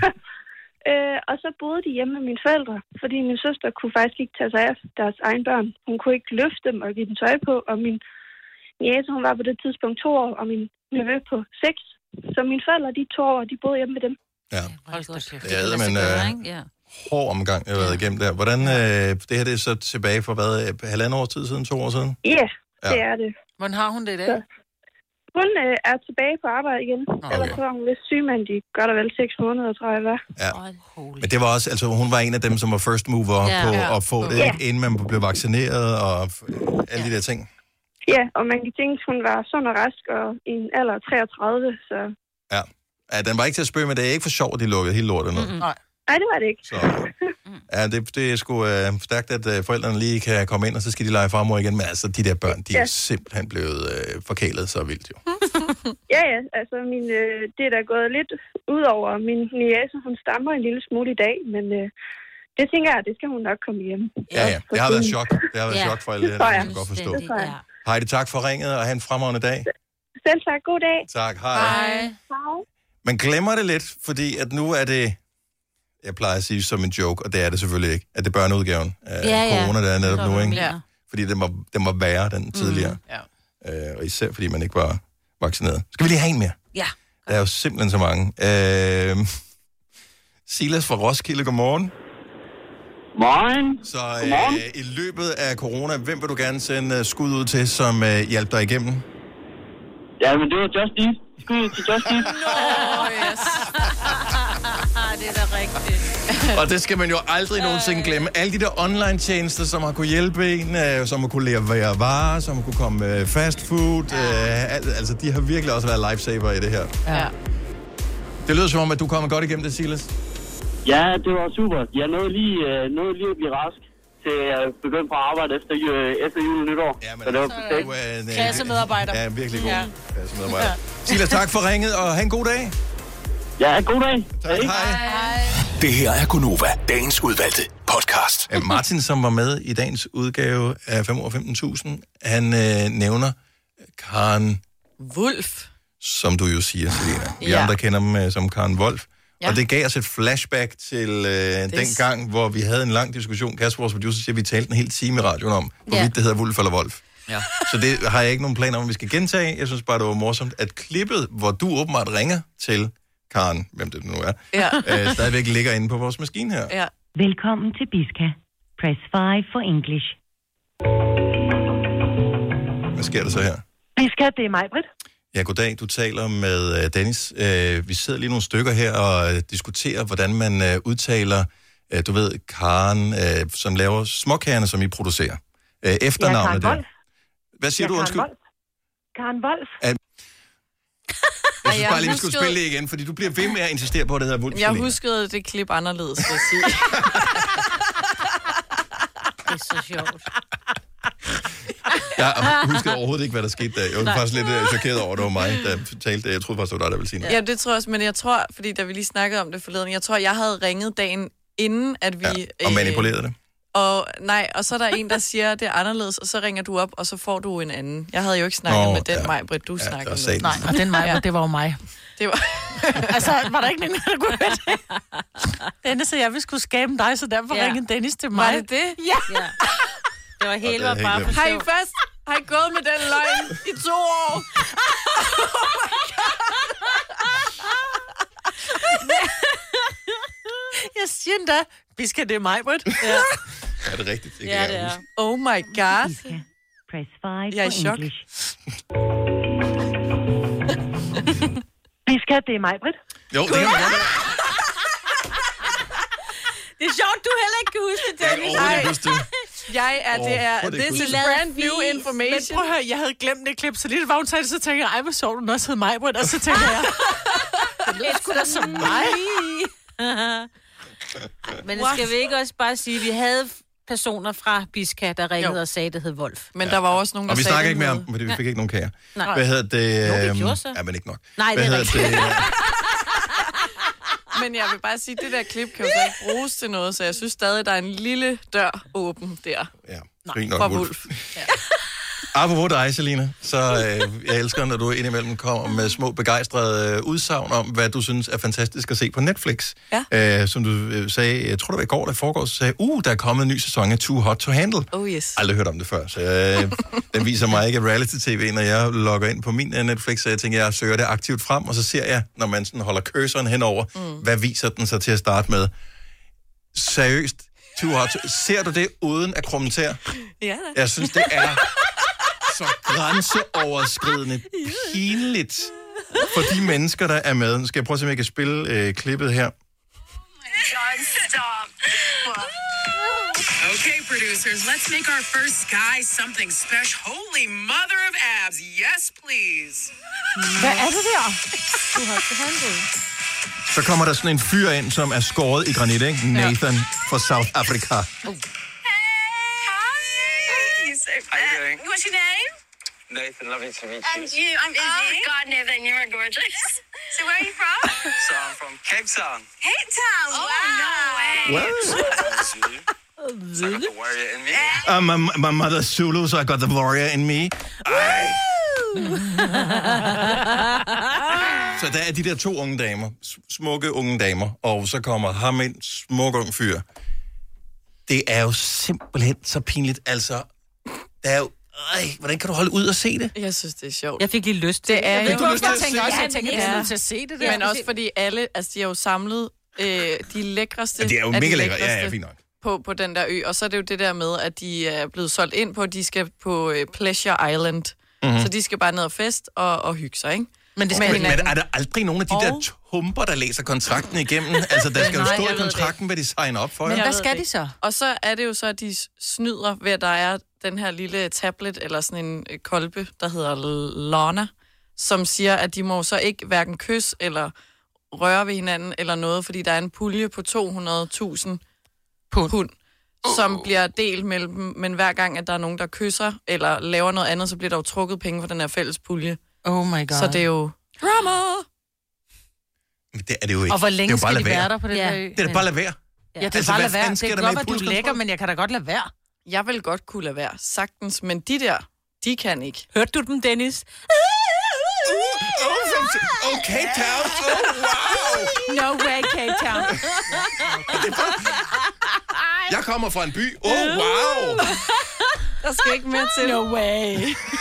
Og så boede de hjemme med mine forældre, fordi min søster kunne faktisk ikke tage sig af deres egen børn. Hun kunne ikke løfte dem og give dem tøj på, og min niece, hun var på det tidspunkt 2 år, og min nevø på 6. Så mine forældre, de 2 år, de boede hjemme med dem. Ja, det er men hård omgang, jeg har været igennem der. Hvordan, det her det er så tilbage for hvad, 1,5 års tid siden, 2 år siden? Ja, det er det. Hvordan har hun det i dag? Så, hun er tilbage på arbejde igen. Okay. Ellers var hun lidt syg, men de gør der vel 6 måneder, tror jeg, hvad? Ja. Men det var også, altså hun var en af dem, som var first mover på at få det, inden man blev vaccineret og alle de der ting. Ja, og man kan tænke, hun var sund og rask og i en alder af 33, så... Ja, den var ikke til at spøge, men det er ikke for sjovt, at de lukkede hele lortet ned. Nej, det var det ikke. Så, ja, det er sgu stærkt, at forældrene lige kan komme ind, og så skal de lege farmor igen. Men altså, de der børn, de er simpelthen blevet forkælet så vildt, jo. Ja, altså, det er da gået lidt ud over min niece. Hun stammer en lille smule i dag, men det tænker jeg, det skal hun nok komme hjem. Ja, det har været chok. Det har været chok for alle, det kan jeg godt forstå. Heidi, tak for ringet, og have en fremragende dag. Selv tak. God dag. Tak, hej. Hej. Man glemmer det lidt, fordi at nu er det, jeg plejer at sige som en joke, og det er det selvfølgelig ikke, at det er børneudgaven af corona, der er netop nu, ikke? Ja. Fordi den var værre, den tidligere. Og især fordi man ikke var vaccineret. Skal vi lige have en mere? Ja. Der er jo simpelthen så mange. Silas fra Roskilde, godmorgen. Morgen. Så i løbet af corona, hvem vil du gerne sende skud ud til, som hjalp dig igennem? Ja, men det var Just Eat. Skud til Just Eat. Yes. Det er da rigtigt. Og det skal man jo aldrig nogensinde glemme. Alle de der online-tjenester, som har kunne hjælpe en, som har kunne levere varer, som har kunne komme fast food. Altså, de har virkelig også været lifesaver i det her. Ja. Det lyder som om, at du kommer godt igennem det, Silas. Ja, det var super. Jeg nåede lige at blive rask til at begynde på arbejde efter jul og nytår. Ja, men så det var perfekt. Klassemedarbejder. Ja, virkelig god klassemedarbejder. Ja. Silas, tak for ringet, og have en god dag. Ja, god dag. Tak, hej. Det her er Gonova, dagens udvalgte podcast. Martin, som var med i dagens udgave af 5 år 15.000, han nævner Karen Wolf, som du jo siger, Selina. Vi andre kender dem som Karen Wolf. Ja. Og det gav os et flashback til den gang, hvor vi havde en lang diskussion. Kasper, vores producer, siger, vi talte en hel time i radioen om, hvorvidt det hedder Wolf eller Wolf. Ja. Så det har jeg ikke nogen planer om, vi skal gentage. Jeg synes bare, det var morsomt, at klippet, hvor du åbenbart ringer til Karen, hvem det nu er, stadigvæk ligger inde på vores maskine her. Ja. Velkommen til Biska. Press 5 for English. Hvad sker der så her? Biska, det er mig, Britt. Ja, goddag. Du taler med Dennis. Vi sidder lige nogle stykker her og diskuterer, hvordan man udtaler, du ved, Karen, som laver småkagerne, som I producerer. Efternavnet der. Hvad siger du, undskyld? Karen Wolf. Jeg synes bare lige, vi skulle spille det igen, fordi du bliver ved med at insistere på, at det hedder Wolf. Jeg huskede det klip anderledes, vil jeg sige. Det er så sjovt. Jeg husker overhovedet ikke, hvad der skete der. Jeg var faktisk lidt chokeret over, det var mig, der talte. Jeg troede faktisk, det var dig, der ville sige noget. Ja, det tror jeg også, men jeg tror, fordi da vi lige snakkede om det forleden, jeg tror, jeg havde ringet dagen inden, at vi... og manipuleret det. Og så er der en, der siger, det er anderledes, og så ringer du op, og så får du en anden. Jeg havde jo ikke snakket med den Maj-Britt, du snakkede med. Nej, og den Maj-Britt, det var jo mig. Det var... altså, var der ikke nogen, der kunne høre det? Dennis og jeg, vi skulle skabe dig, så derfor ringede Dennis til mig. Var det det? Ja. Det var helt bare for Har I gået med den løgn i 2 år? Oh my God. Jeg siger endda, Biska, det er mig, Britt. Ja. Er det rigtigt? Det ja, det er. Oh my God. Press 5 jeg er i chok. Biska, det er mig, Britt. Jo, det er godt. Det er sjovt, du heller ikke kan huske det, Dennis. This is brand new information. Men prøv at høre, jeg havde glemt det klip, så lige var hun taget, så tænkte jeg, hvor sjovt, den også hed mig, Britt, og så tænkte jeg, det lød sgu da som mig. Men skal vi ikke også bare sige, at vi havde personer fra Biska, der ringede og sagde, at det hed Wolf. Men der var også nogen, der sagde det. Og vi snakker ikke mere om, fordi vi fik ikke nogen kager. Nej. Hvad hedder det? Jo, det gjorde så. Ja, men ikke nok. Nej, det er rigtigt. Men jeg vil bare sige, at det der klip kan jo så ikke bruges til noget, så jeg synes stadig, der er en lille dør åben der. Ja, for Wolf. Ja. Apropos dig, Selina, så jeg elsker, når du indimellem kommer med små begejstrede udsagn om, hvad du synes er fantastisk at se på Netflix. Ja. Som du sagde, jeg tror det var i går, der foregår, så sagde, der er kommet en ny sæson af Too Hot to Handle. Oh yes. Aldrig hørt om det før, så den viser mig ikke reality-tv, når jeg logger ind på min Netflix, så jeg tænker, jeg søger det aktivt frem, og så ser jeg, når man sådan holder cursoren henover, hvad viser den så til at starte med. Seriøst, Too Hot. Ser du det uden at kommentere? Ja. Jeg synes, det er så grænseoverskridende pinligt for de mennesker, der er med. Nu skal jeg prøve at se, om jeg kan spille klippet her. God, stop. Okay, producers, let's make our first guy something special. Holy mother of abs, yes, please. Hvad er det der? Du har til handle. Så kommer der sådan en fyr ind, som er skåret i granit, ikke? Nathan fra South Africa. How are you doing? What's your name? Nathan, lovely to meet you. And you, I'm Izzy. Oh, God, Nathan, you're gorgeous. So where are you from? So I'm from Cape Town. Cape Town? Oh, wow. No way. What? My mother's Zulu, so I got the warrior in me. Ej. Så der er de der 2 unge damer, smukke unge damer, og så kommer ham ind, smuk ung fyr. Det er jo simpelthen så pinligt, altså. Der er jo... hvordan kan du holde ud og se det? Jeg synes, det er sjovt. Jeg fik lige lyst til det. Er jo, jeg tænker, jeg er nødt til at se det der. Men også fordi alle, altså de er jo samlet de lækreste. Ja, de er jo mega lækre, ja, fint nok. På den der ø, og så er det jo det der med, at de er blevet solgt ind på, at de skal på Pleasure Island. Mm-hmm. Så de skal bare ned og fest og hygge sig, ikke? Men er der aldrig nogen af de der tumper, der læser kontrakten igennem? Altså, der skal jo stå i kontrakten, hvad de signer op for. Men hvad skal de så? Og så er det jo så, at de snyder ved, at der er den her lille tablet, eller sådan en kolbe, der hedder Lana, som siger, at de må så ikke hverken kysse eller røre ved hinanden eller noget, fordi der er en pulje på 200.000 pund, som bliver delt mellem dem, men hver gang, at der er nogen, der kysser eller laver noget andet, så bliver der jo trukket penge for den her fælles pulje. Oh my god. Så det er jo drama! Men det er det jo ikke. Og hvor længe det er skal de være der på den der ø? Det er da bare lade være. Ja, det er bare lade være. Det kan godt være, du er lækker, men jeg kan da godt lade være. Jeg vil godt kunne lade være, sagtens, men de der, de kan ikke. Hørte du dem, Dennis? Cape Town. Wow. No way, Cape Town. Jeg kommer fra en by. Wow. Der skal ikke mere til. No way.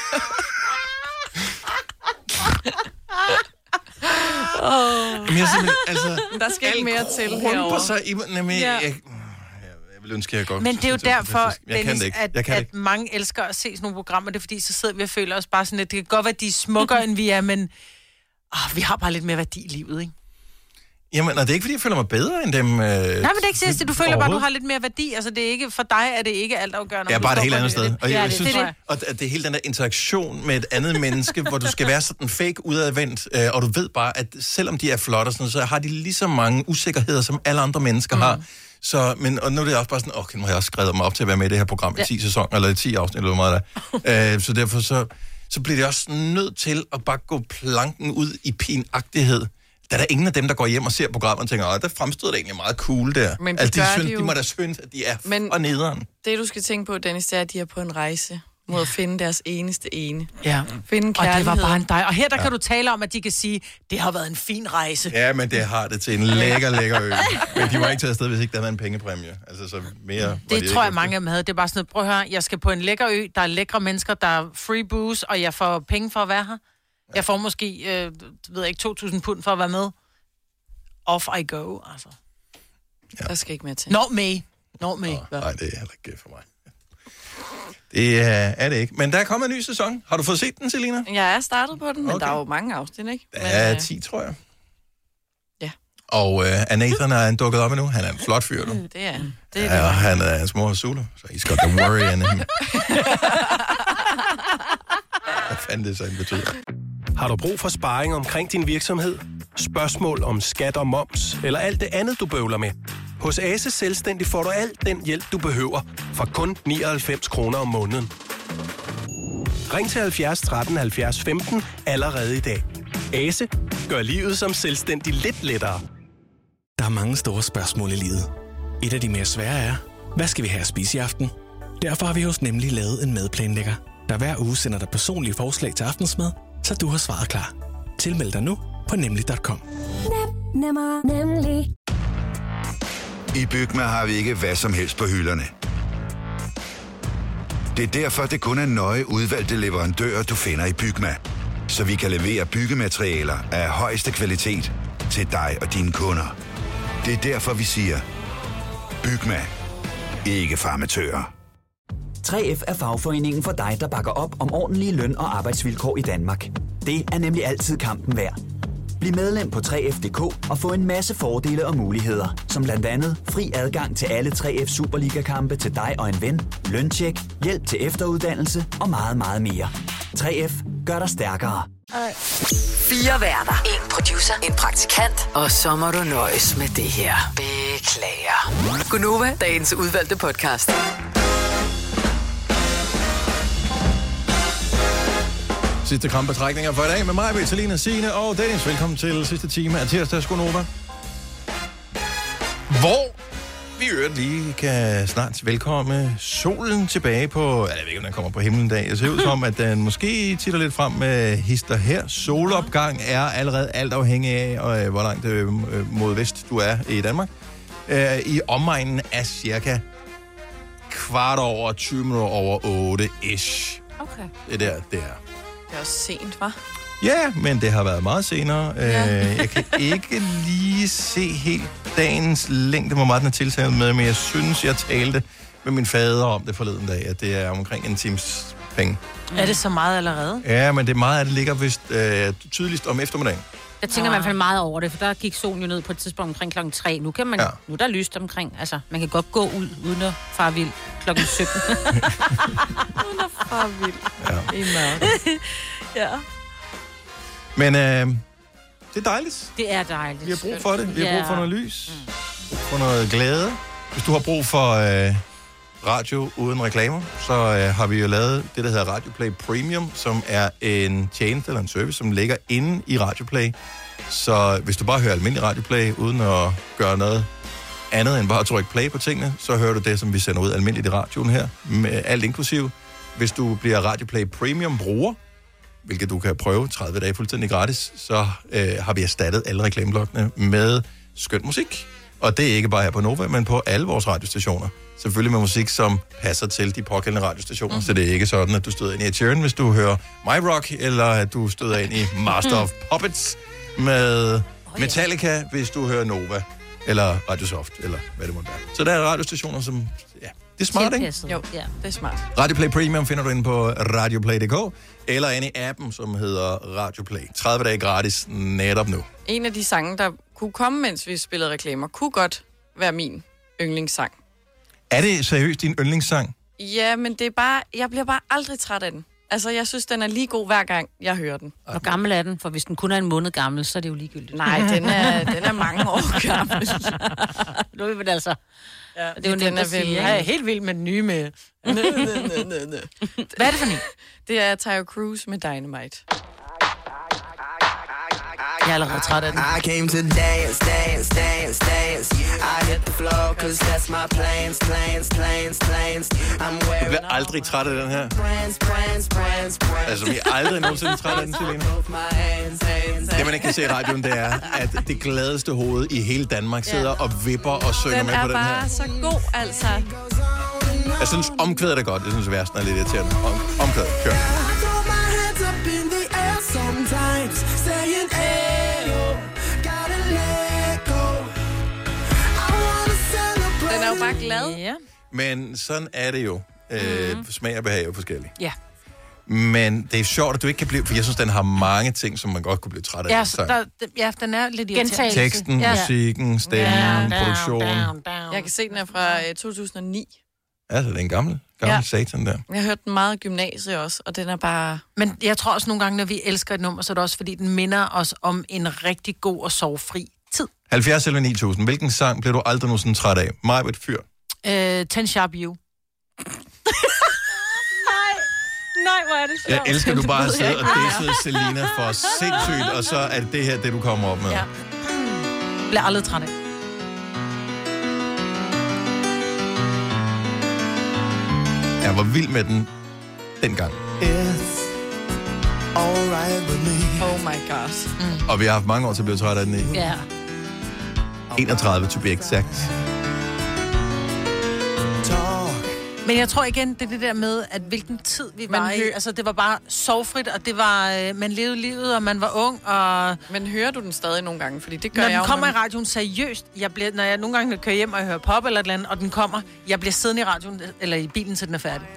Men jeg simpelthen, altså... Der skal ikke mere til herovre. Sig i, jeg vil ønske, at jeg godt... Men det er jo derfor, Dennis, at mange elsker at se sådan nogle programmer. Det er fordi, så sidder vi og føler os bare sådan lidt... Det kan godt være, at de er smukkere, end vi er, men... vi har bare lidt mere værdi i livet, ikke? Jamen, og det er ikke, fordi jeg føler mig bedre end dem... Nej, men det er ikke sidst. Du føler bare, at du har lidt mere værdi. Altså, det er ikke, for dig er det ikke alt afgørende. Ja, bare et helt andet sted. Og jeg synes, og det er hele den der interaktion med et andet menneske, hvor du skal være sådan fake udadvendt, og du ved bare, at selvom de er flotte, sådan, så har de lige så mange usikkerheder, som alle andre mennesker har. Så, og nu er det også bare sådan, nu har jeg også skrevet mig op til at være med i det her program i 10 sæsoner, eller 10 afsnit, eller hvor meget der. Så derfor så bliver det også nødt til at bare gå planken ud i pinagtighed. Der er der ingen af dem, der går hjem og ser programmet og tænker, der fremstod det egentlig meget cool der. Men altså, de må da synes, at de er for nederen. Det, du skal tænke på, Dennis, det er, at de er på en rejse mod at finde deres eneste ene. Ja. Finde kærlighed. Og det var bare en dig. Og her der kan du tale om, at de kan sige, det har været en fin rejse. Ja, men det har det til en lækker ø. Men de var ikke taget afsted, hvis ikke der var en pengepræmie. Altså, så mere det tror jeg, mange af dem havde. Det er bare sådan, prøv at høre, jeg skal på en lækker ø, der er lækre mennesker, der er free booze, og jeg får penge for at være her. Jeg får måske, 2.000 pund for at være med. Off I go, altså. Ja. Der skal ikke mere til. Not me. Nej, det er heller ikke for mig. Det er det ikke. Men der er kommet en ny sæson. Har du fået set den, Selina? Jeg er startet på den, men der er jo mange afsnit, ikke? Der er 10, tror jeg. Ja. Og Nathan er dukket op endnu. Han er en flot fyr, du. Det er det. Og han er en små Zulu, så he's got the worry in him. Hvad fanden det så en betyder? Har du brug for sparring omkring din virksomhed? Spørgsmål om skat og moms, eller alt det andet, du bøvler med? Hos Ase Selvstændig får du alt den hjælp, du behøver, for kun 99 kroner om måneden. Ring til 70 13 70 15 allerede i dag. Ase gør livet som selvstændig lidt lettere. Der er mange store spørgsmål i livet. Et af de mere svære er, hvad skal vi have at spise i aften? Derfor har vi hos Nemlig lavet en madplanlægger, der hver uge sender dig personlige forslag til aftensmad, så du har svaret klar. Tilmeld dig nu på nemlig.com. Nemmer, nemlig. I Bygma har vi ikke hvad som helst på hylderne. Det er derfor, det kun er nøje udvalgte leverandører, du finder i Bygma. Så vi kan levere byggematerialer af højeste kvalitet til dig og dine kunder. Det er derfor, vi siger, Bygma. Ikke farmatører. 3F er fagforeningen for dig, der bakker op om ordentlige løn- og arbejdsvilkår i Danmark. Det er nemlig altid kampen værd. Bliv medlem på 3F.dk og få en masse fordele og muligheder, som blandt andet fri adgang til alle 3F Superliga-kampe til dig og en ven, løntjek, hjælp til efteruddannelse og meget, meget mere. 3F gør dig stærkere. 4 værter. 1 producer. En praktikant. Og så må du nøjes med det her. Beklager. Gunova, dagens udvalgte podcast. Sidste krampetrækninger for i dag med mig, Selina, Signe og Dennis. Velkommen til sidste time af Tirsdags Gunova. Hvor Vi lige kan snart velkomme solen tilbage på, jeg ved ikke, om den kommer på himlen i dag. Det ser ud som, at den måske titter lidt frem med hister her. Solopgang er allerede alt afhængig af, hvor langt mod vest du er i Danmark. I omegnen af cirka 8:15 Okay. Det der, det er. Det er også sent, hva'? Ja, men det har været meget senere. Jeg kan ikke lige se helt dagens længde, hvor meget den er tiltaget med, men jeg synes, jeg talte med min fader om det forleden dag, at det er omkring en times penge. Er det så meget allerede? Ja, men det er meget af det ligger vist tydeligst om eftermiddagen. Jeg tænker i hvert fald meget over det, for der gik solen jo ned på et tidspunkt omkring klokken 3. Nu kan man, nu er der lyst omkring, altså man kan godt gå ud uden at fare vild klokken 17. Uden at fare vild. Ja. I mørke. Ja. Men det er dejligt. Det er dejligt. Vi har brug for det. Vi har brug for noget lys. For noget glæde. Hvis du har brug for radio uden reklamer, så har vi jo lavet det, der hedder Radioplay Premium, som er en tjeneste eller en service, som ligger inde i Radioplay. Så hvis du bare hører almindelig Radioplay, uden at gøre noget andet end bare at trykke play på tingene, så hører du det, som vi sender ud almindeligt i radioen her, med alt inklusiv. Hvis du bliver Radioplay Premium bruger, hvilket du kan prøve 30 dage fuldstændig gratis, så har vi erstattet alle reklameblokkene med skøn musik. Og det er ikke bare her på Nova, men på alle vores radiostationer. Selvfølgelig med musik, som passer til de pågældende radiostationer, så det er ikke sådan, at du støder ind i Ed Sheeran, hvis du hører My Rock, eller at du støder ind i Master of Puppets med Metallica, hvis du hører Nova, eller Radio Soft, eller hvad det måtte være. Så der er radiostationer, som... Ja, det er smart, ikke? Jo, ja, det er smart. Radioplay Premium finder du inde på radioplay.dk, eller inde i appen, som hedder Radioplay. 30 dage gratis netop nu. En af de sange, der kunne komme, mens vi spillede reklamer, kunne godt være min yndlingssang. Er det seriøst din yndlingssang? Ja, men det er bare, jeg bliver bare aldrig træt af den. Altså, jeg synes, den er lige god hver gang, jeg hører den. Hvor gammel er den? For hvis den kun er en måned gammel, så er det jo ligegyldigt. Nej, den er mange år gammel. Nu er vi altså... Ja, det er jo nemt at sige. Jeg er helt vild med den nye med... Hvad er det for en? Det er Tayo Cruz med Dynamite. Jeg er allerede træt af den. I came to dance, dance, dance, dance. I hit the floor, cause that's my plans, plans, plans, plans. I'm wearing... Du bliver aldrig træt af den her. Altså, vi er aldrig nogensinde træt af den, Selina. Det, man ikke kan se i radioen, det er, at det gladeste hoved i hele Danmark sidder og vipper og synger med på den her. Den er bare så god, altså. Jeg synes, omkvædet er godt. Jeg synes, versen er lidt irriterende. Omkvædet, kør. Den er jo bare glad. Ja. Men sådan er det jo. Smag og behag er jo forskellige. Ja. Men det er sjovt, at du ikke kan blive... For jeg synes, den har mange ting, som man godt kunne blive træt af. Ja, den er lidt irriterende. Teksten, musikken, stemmen, produktionen. Jeg kan se, den er fra 2009. Altså, det er en gammel satan der. Jeg har hørt den meget i gymnasiet også, og den er bare... Men jeg tror også nogle gange, når vi elsker et nummer, så er det også, fordi den minder os om en rigtig god og sorgfri tid. 70 eller 9000. Hvilken sang bliver du aldrig nogensinde træt af? Mig et fyr. 10 Sharp You. Nej, hvor er det sjovt. Jeg elsker, at du bare sidder og dissede Selina for sindssygt, og så er det her det, du kommer op med. Ja. Bliver aldrig træt af. Jeg var vild med den dengang. Oh my god. Og vi har haft mange år til at blive træt af den i. Ja. 31 to be exact. Men jeg tror igen, det er det der med, at hvilken tid vi var i. Altså, det var bare sorgfrit, og det var, man levede livet, og man var ung, og... Men hører du den stadig nogle gange? Fordi det gør når jeg den kommer i radioen seriøst, når jeg nogle gange kører hjem og hører pop eller et eller andet, og den kommer, jeg bliver siddende i radioen, eller i bilen, til den er færdig.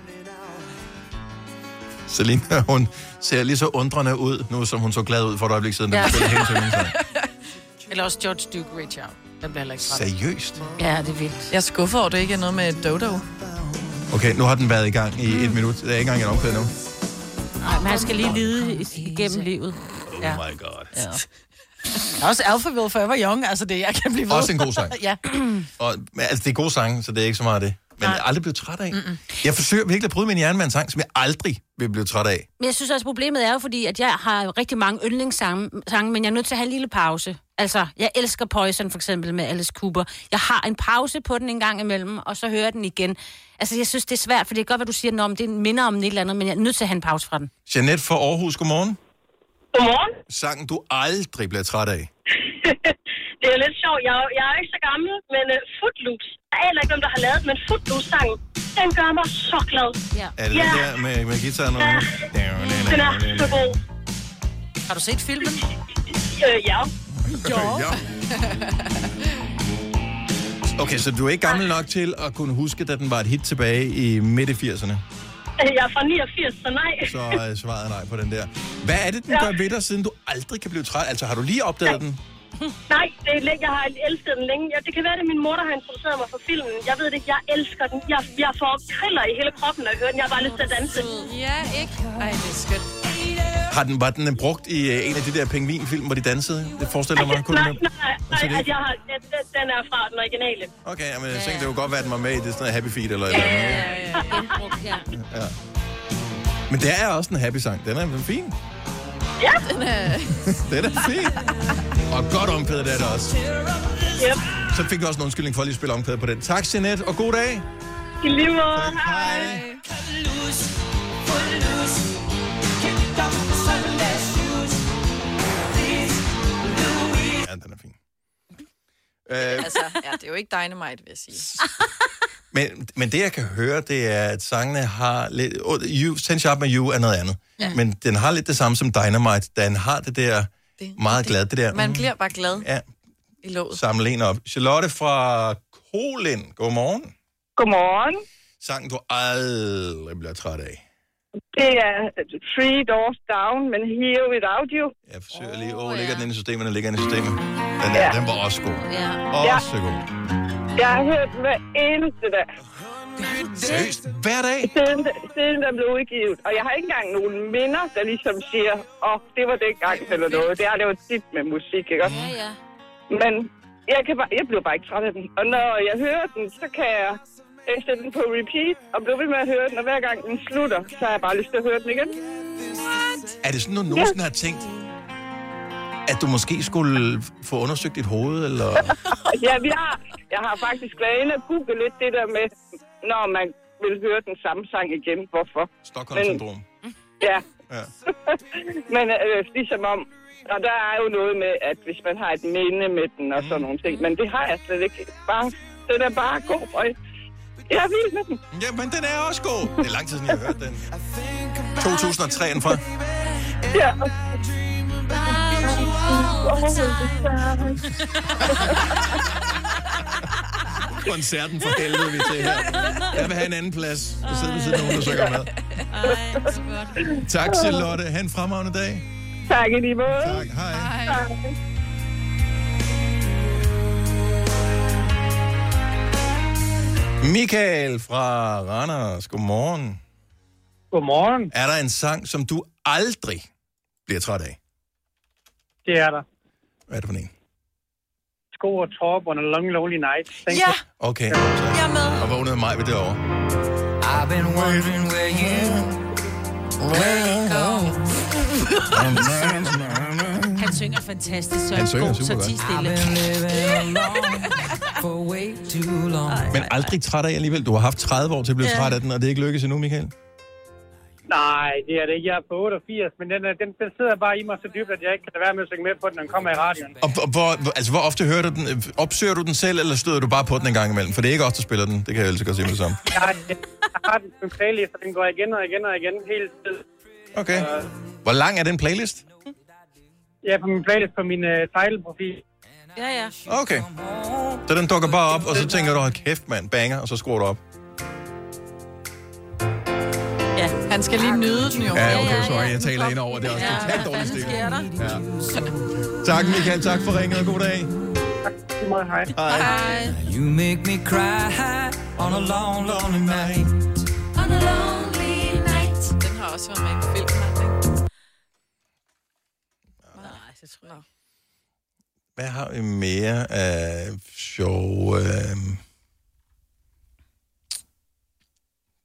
Selina, hun ser lige så undrende ud, nu som hun så glad ud for et øjeblik siden, da vi spillede hendes yndlingssang. Eller også George Duke Reach Out. Den bliver heller ikke træt. Seriøst? Ja, det er vildt. Jeg er skuffet over, det ikke er noget med Dodo. Okay, nu har den været i gang i 1 minut. Det er ikke engang en omkvæd nu. Nej, men han skal lige lide igennem livet. Oh my god. Ja. Også Alphaville Forever Young, altså det, jeg kan blive ved. Også en god sang. Ja. Og, altså, det er gode sange, så det er ikke så meget det. Men aldrig blevet træt af. Jeg forsøger virkelig at bryde min hjerne med en sang, som jeg aldrig vil blive træt af. Men jeg synes også, problemet er jo, fordi at jeg har rigtig mange yndlingssange, men jeg er nødt til at have en lille pause. Altså, jeg elsker Poison for eksempel med Alice Cooper. Jeg har en pause på den en gang imellem, og så hører jeg den igen. Altså, jeg synes, det er svært, for det er godt, hvad du siger, det minder om et eller andet, men jeg er nødt til at have en pause fra den. Jeanette fra Aarhus, godmorgen. Godmorgen. Sangen, du aldrig bliver træt af. Det er lidt sjovt. Jeg er ikke så gammel, men Footloose. Jeg aner ikke, hvem der har lavet, men Footloose-sangen, den gør mig så glad. Ja. Er det den der med guitaren? Ja. Den er så god. Har du set filmen? Ja. Okay, så du er ikke gammel nok til at kunne huske, da den var et hit tilbage i midt i 80'erne? Jeg er fra 89, så nej. Så svaret nej på den der. Hvad er det, den gør ved dig, siden du aldrig kan blive træt? Altså, har du lige opdaget den? Nej, det er længe. Jeg har elsket den længe. Det kan være, at min mor, der har introduceret mig for filmen. Jeg ved det ikke. Jeg elsker den. Jeg får kriller i hele kroppen, når jeg hører den. Jeg har bare lyst til at danse. Ja, ikke? Ej, det er skønt. Var den brugt i en af de der pingvinfilm, hvor de dansede? Det forestiller mig. Nej. Den er fra den originale. Okay, men jeg tænkte, det kunne godt være, at den var med i det sådan noget Happy Feet eller et eller andet. Ja. Men det er også en happy sang. Den er fin. Ja. Den er fin. Og godt omkvædet er det også. Yep. Så fik du også en undskyldning for at lige spille omkvædet på den. Tak, Jeanette, og god dag. I lige måde. Hej. Ja, den er fin. Altså, det er jo ikke Dynamite, vil jeg sige. Men det, jeg kan høre, det er, at sangene har lidt... Ten Sharp med You er noget andet. Ja. Men den har lidt det samme som Dynamite. Den har det der meget glad. Det der, man bliver bare glad i låget. Samle en op. Charlotte fra Kolin, godmorgen. Godmorgen. Sangen, du aldrig bliver træt af. Det er Three Doors Down, men Here Without You. Jeg forsøger lige... ligger den inde i systemet? Den ligger inde i systemet. Den var også god. Ja. Også god. Jeg har hørt den hver eneste dag. Seriøst? Hver dag? Siden den blev udgivet. Og jeg har ikke engang nogen minder, der ligesom siger, det var dengang eller noget. Det har jeg jo tit med musik, ikke også? Ja. Men jeg blev bare ikke træt af den. Og når jeg hører den, så kan jeg sætte den på repeat og blive ved med at høre den. Og hver gang den slutter, så har jeg bare lyst til at høre den igen. Er det sådan, du nogensinde har tænkt, at du måske skulle få undersøgt dit hoved, eller? Ja, jeg har faktisk været inde og google lidt det der med, når man vil høre den samme sang igen. Hvorfor? Stockholm-syndrom. Ja. Men ligesom om, og der er jo noget med, at hvis man har et minde med den og sådan nogle ting, men det har jeg slet ikke. Den er bare god, og jeg er vild med den. Ja, men den er også god. Det er lang tid siden, jeg har hørt den. 2003 den fra. Ja. Koncerten for helvede, vi til her. Jeg vil have en anden plads. Jeg sidder ved siden af nogen, der synger med. Tak, Charlotte. Ha' en fremragende dag. Tak i lige måde. Tak, hej. Michael fra Randers, godmorgen. Godmorgen. Er der en sang, som du aldrig bliver træt af? Det er der. Hvad er det for en? Sko og Torp on a long lonely night. Ja! Okay. Jeg er med. Og vågnede mig ved det over. I've been wondering where you go. Han synger fantastisk, så Han synger god, super så godt. ti stille. Men aldrig træt af alligevel. Du har haft 30 år til at blive træt af den, og det er ikke lykkes endnu, Michael. Nej, det er det ikke. Jeg er på 88, men den sidder bare i mig så dybt, at jeg ikke kan lade være med at synge med på den, når den kommer i radioen. Og hvor ofte hører du den? Opsøger du den selv, eller støder du bare på den en gang imellem? For det er ikke os, der spiller den. Det kan jeg altså godt sige med det samme. Jeg har den på en playlist, og den går igen og igen og igen hele tiden. Okay. Hvor lang er den playlist? Ja, på min playlist på min title-profil. Ja. Okay. Så den dukker bare op, og så tænker du, kæft mand, banger, og så skruer du op. Ja, han skal lige nyde den jo. Ja, okay, sorry, jeg taler ind over. Det er også totalt dårligt stil. Ja. Tak, Michael. Tak for ringet, og god dag. Hej. Hej. You make me cry on a long, lonely night. On a lonely night. Den har også været med i en film, ikke? Nej, det tror jeg. Hvad har vi mere af sjov...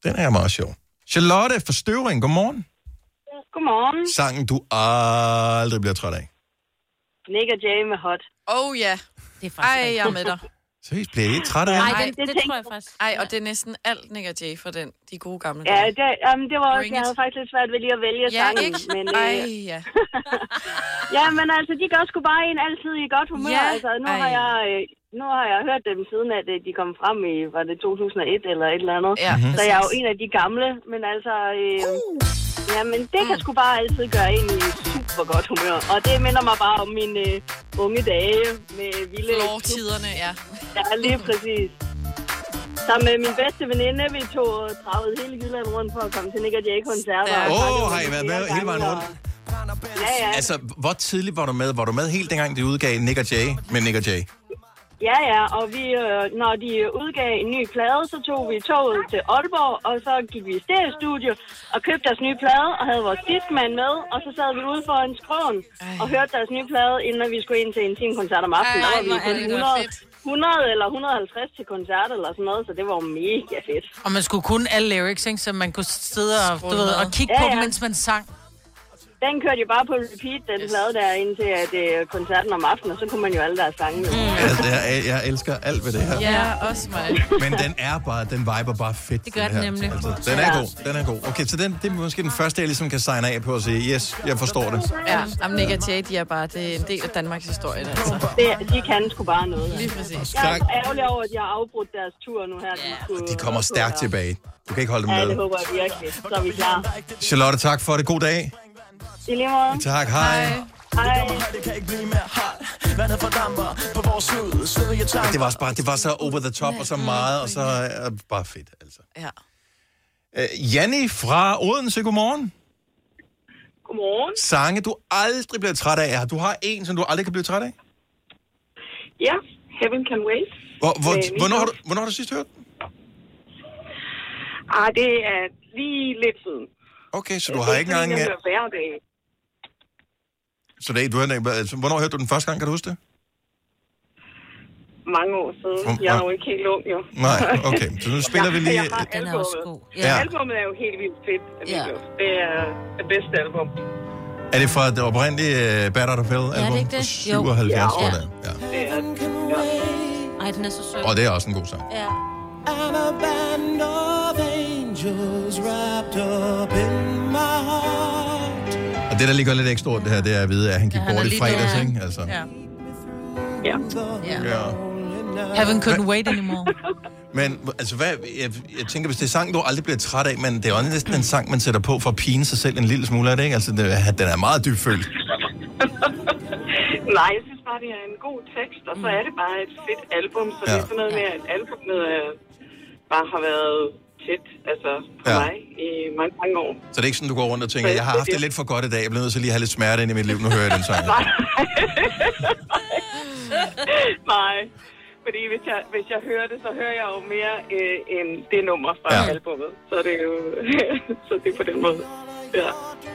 Den er meget sjov. Charlotte fra Støvring, godmorgen. Godmorgen. Sangen, du aldrig bliver træt af. Nick og Jay med Hot. Ja. Det er faktisk jeg er med dig. Seriøst, bliver I ikke træt af det? Nej, det tror jeg faktisk. Og det er næsten alt Nick og Jay fra de gode gamle Ja, dage. det var også, jeg havde faktisk lidt svært ved lige at vælge sangen. Ikke? Men, ja. ja, men altså, de gør sgu bare en altid i godt humør. Ja. Altså, nu har jeg hørt dem siden, at de kom frem i, var det 2001 eller et eller andet. Ja, så jeg er jo en af de gamle, men altså... Ja, men det kan sgu bare altid gøre en i super godt humør. Og det minder mig bare om mine unge dage med vilde... Flortiderne, ja. Ja, lige præcis. Sammen med min bedste veninde, vi tog travet hele Jylland rundt for at komme til Nick og Jay-koncerter. Har I været med hele vejen rundt? Ja. Altså, hvor tidligt var du med? Var du med helt dengang, de udgav Nick og Jay med Nick og Jay? Ja, og vi, når de udgav en ny plade, så tog vi toget til Aalborg, og så gik vi i stereostudio og købte deres nye plade, og havde vores diskmand med, og så sad vi ude for en skrån og hørte deres nye plade, inden vi skulle ind til en koncert om aftenen. Der var vi kun 100 eller 150 til koncert eller sådan noget, så det var mega fedt. Og man skulle kunne alle lyrics, ikke? Så man kunne sidde og kigge på dem, mens man sang. Den kørte jo bare på repeat, den plade der, indtil at koncerten om aftenen, og så kunne man jo alle deres sange. Jeg elsker alt ved det her. Ja, også mig. Men den viber bare fedt. Det gør den nemlig. Altså, den er god. Okay, så det er måske den første, jeg ligesom kan signe af på og sige, yes, jeg forstår det. Ja, Nick og Jay, de er bare det er en del af Danmarks historie. Altså. De kan sgu bare noget. Lige præcis. Jeg er ærgerlig over, at jeg har afbrudt deres tur nu her. De kommer stærkt tilbage. Du kan ikke holde dem med. Ja, det håber jeg virkelig. Så er vi klar. Charlotte, tak for det. God dag. I lige måde. Tak, hej. Det var så over the top og så meget, og så bare fedt, altså. Ja. Janni fra Odense, godmorgen. Godmorgen. Sange, du aldrig bliver træt af. Du har en, som du aldrig kan blive træt af? Ja, Heaven Can Wait. Hvornår har du sidst hørt den? Det er lige lidt siden. Okay, så du har ikke engang... Jeg hører hver dag. Så hvornår hørte du den første gang, kan du huske det? Mange år siden. Jeg er jo ikke helt ung, jo. Nej, okay. Så nu spiller vi lige... Jeg har den er også god. Ja. Albummet er jo helt vildt fedt. Det er det bedste album. Er det fra det oprindelige Bad Out of Hell-album? Ja, det er det. 77, Ja. tror jeg. Ja. Det er det. Ej, den er så sød. Og det er også en god sang. Ja. I'm a band of angels wrapped up in my heart. Og det, der ligger lidt ekstra det her, det er at vide, at han gik bort i fredags, ikke? Altså. Ja. Ja. Heaven couldn't wait anymore. Men altså, jeg tænker, hvis det er sang, du aldrig bliver træt af, men det er også næsten en sang, man sætter på for at pine sig selv en lille smule af det, ikke? Altså, den er meget dybfølt. Nej, jeg synes bare, det er en god tekst, og så er det bare et fedt album, så det er sådan noget med, at albumet bare har været tæt, altså for mig i mange, mange år. Så det er ikke sådan, du går rundt og tænker, jeg har haft det lidt for godt i dag, jeg bliver nødt til lige at have lidt smerte ind i mit liv, nu hører jeg den sang. Nej, fordi hvis jeg hører det, så hører jeg jo mere end det nummer fra albumet, så det er jo så det er på den måde. Ja.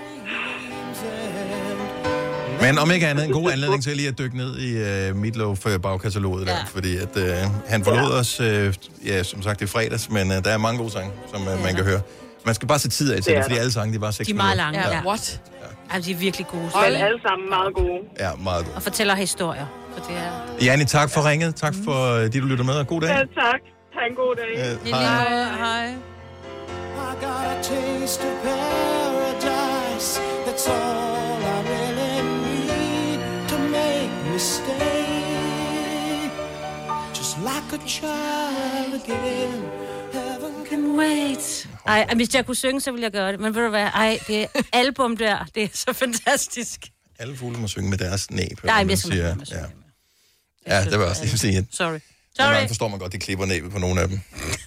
Men om ikke andet, en god anledning til lige at dykke ned i Meatloaf-bagkataloget der, fordi at han forlod os, som sagt, i fredags, men der er mange gode sange, som man kan høre. Man skal bare se tid af til det, fordi alle sange, de er bare 6 minutter. De er meget lange, ja. What? Altså, de er virkelig gode. Men alle sammen meget gode. Ja, meget gode. Og fortæller historier. Så det er... Janni, tak for ringet. Tak for, de du lytter med, og god dag. Ja, tak. Ha' en god dag. Hej. Hej. I got a taste of paradise. That's all I really need to make me stay. Just like a child again. Heaven can wait. Ej, hvis jeg kunne synge, så ville jeg gøre det. Men ved du hvad? Ej, det album der, det er så fantastisk. Alle fugle må synge med deres næb. Nej, men jeg skal Ja, det var også lige at sige. Sorry. Nogle gange forstår man godt, de klipper næbet på nogle af dem.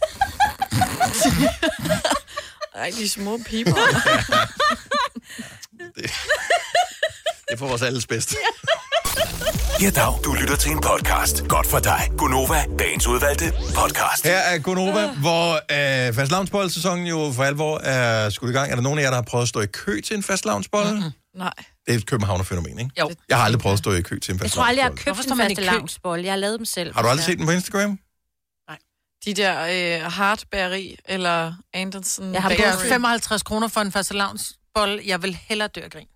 Ej, de små piber. Det er for vores alles bedste. Ja, dag. Du lytter til en podcast. Godt for dig. Gunova, dagens udvalgte podcast. Her er Gunova, hvor fastlavnsbold-sæsonen jo for alvor er skudt i gang. Er der nogen af jer, der har prøvet at stå i kø til en fastlavnsbold? Nej. Det er et københavnerfænomen, ikke? Jo. Jeg har aldrig prøvet at stå i kø til en Jeg tror aldrig, jeg har fastlavnsbold. købt en fastelavnsbold. Jeg har lavet dem selv. Har du aldrig set den på Instagram? Nej. De der Hartberry eller Andersen. Jeg har brugt 55 kroner for en fastelavnsbolle. Jeg vil hellere dø af grin.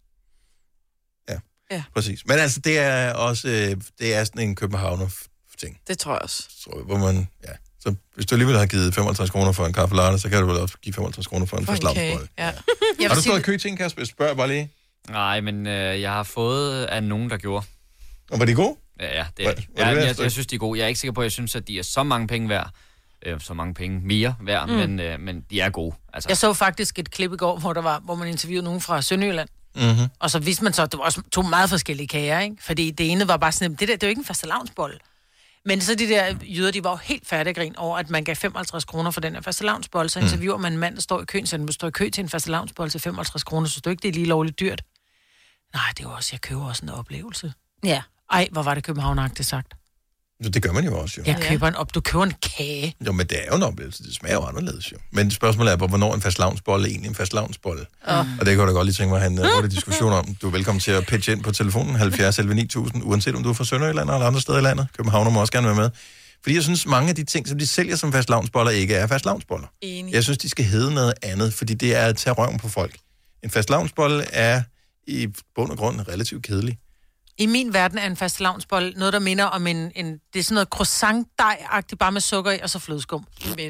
Ja, præcis. Men altså, det er også det er sådan en københavner-ting. Det tror jeg også. Hvor man, så hvis du alligevel har givet 55 kroner for en kaffe latte, så kan du vel også give 55 kroner for en fastelavnsbolle. Ja. Har du stået i kø til en, Kasper? Spørg bare lige. Nej, men jeg har fået af nogen, der gjorde. Og var de gode? Ja, det er de. Jeg synes, de er gode. Jeg er ikke sikker på, at jeg synes, at de er så mange penge værd. Så mange penge mere værd, men de er gode. Altså. Jeg så faktisk et klip i går, hvor man interviewede nogen fra Sønderjylland. Mm-hmm. Og så vidste man så, at det var også to meget forskellige kager, ikke? Fordi det ene var bare sådan, det er jo ikke en fastelavnsbolle. Men så de der jyder, de var jo helt færdiggrin over, at man gav 55 kroner for den her fastelavnsbolle. Så interviewer man en mand, der står i køen, så hvis du står i kø til en fastelavnsbolle til 55 kroner, så er det ikke, det er lige lovligt dyrt. Nej, det er jo også, jeg køber også en oplevelse. Ja. Ej, hvor var det københavnagtigt sagt. Det gør man jo også, jo. Jeg køber du køber en kage. Jo, men det er jo en oplevelse. Det smager jo anderledes, jo. Men spørgsmålet er, hvornår en fastelavnsbolle er egentlig en fastelavnsbolle. Og det kan jeg da godt lige tænke mig at have en hurtig diskussion om. Du er velkommen til at pitche ind på telefonen 70 11 9000, uanset om du er fra Sønderjylland eller andre steder i landet. Københavner må også gerne være med. Fordi jeg synes, mange af de ting, som de sælger som fastelavnsboller, ikke er fastelavnsboller. Jeg synes, de skal hedde noget andet, fordi det er at tage røven på folk. En fastelavnsbolle er i bund og grund relativt kedelig. I min verden er en fastelavnsbolle noget, der minder om det er sådan noget croissant-dej-agtigt, bare med sukker i, og så flødeskum.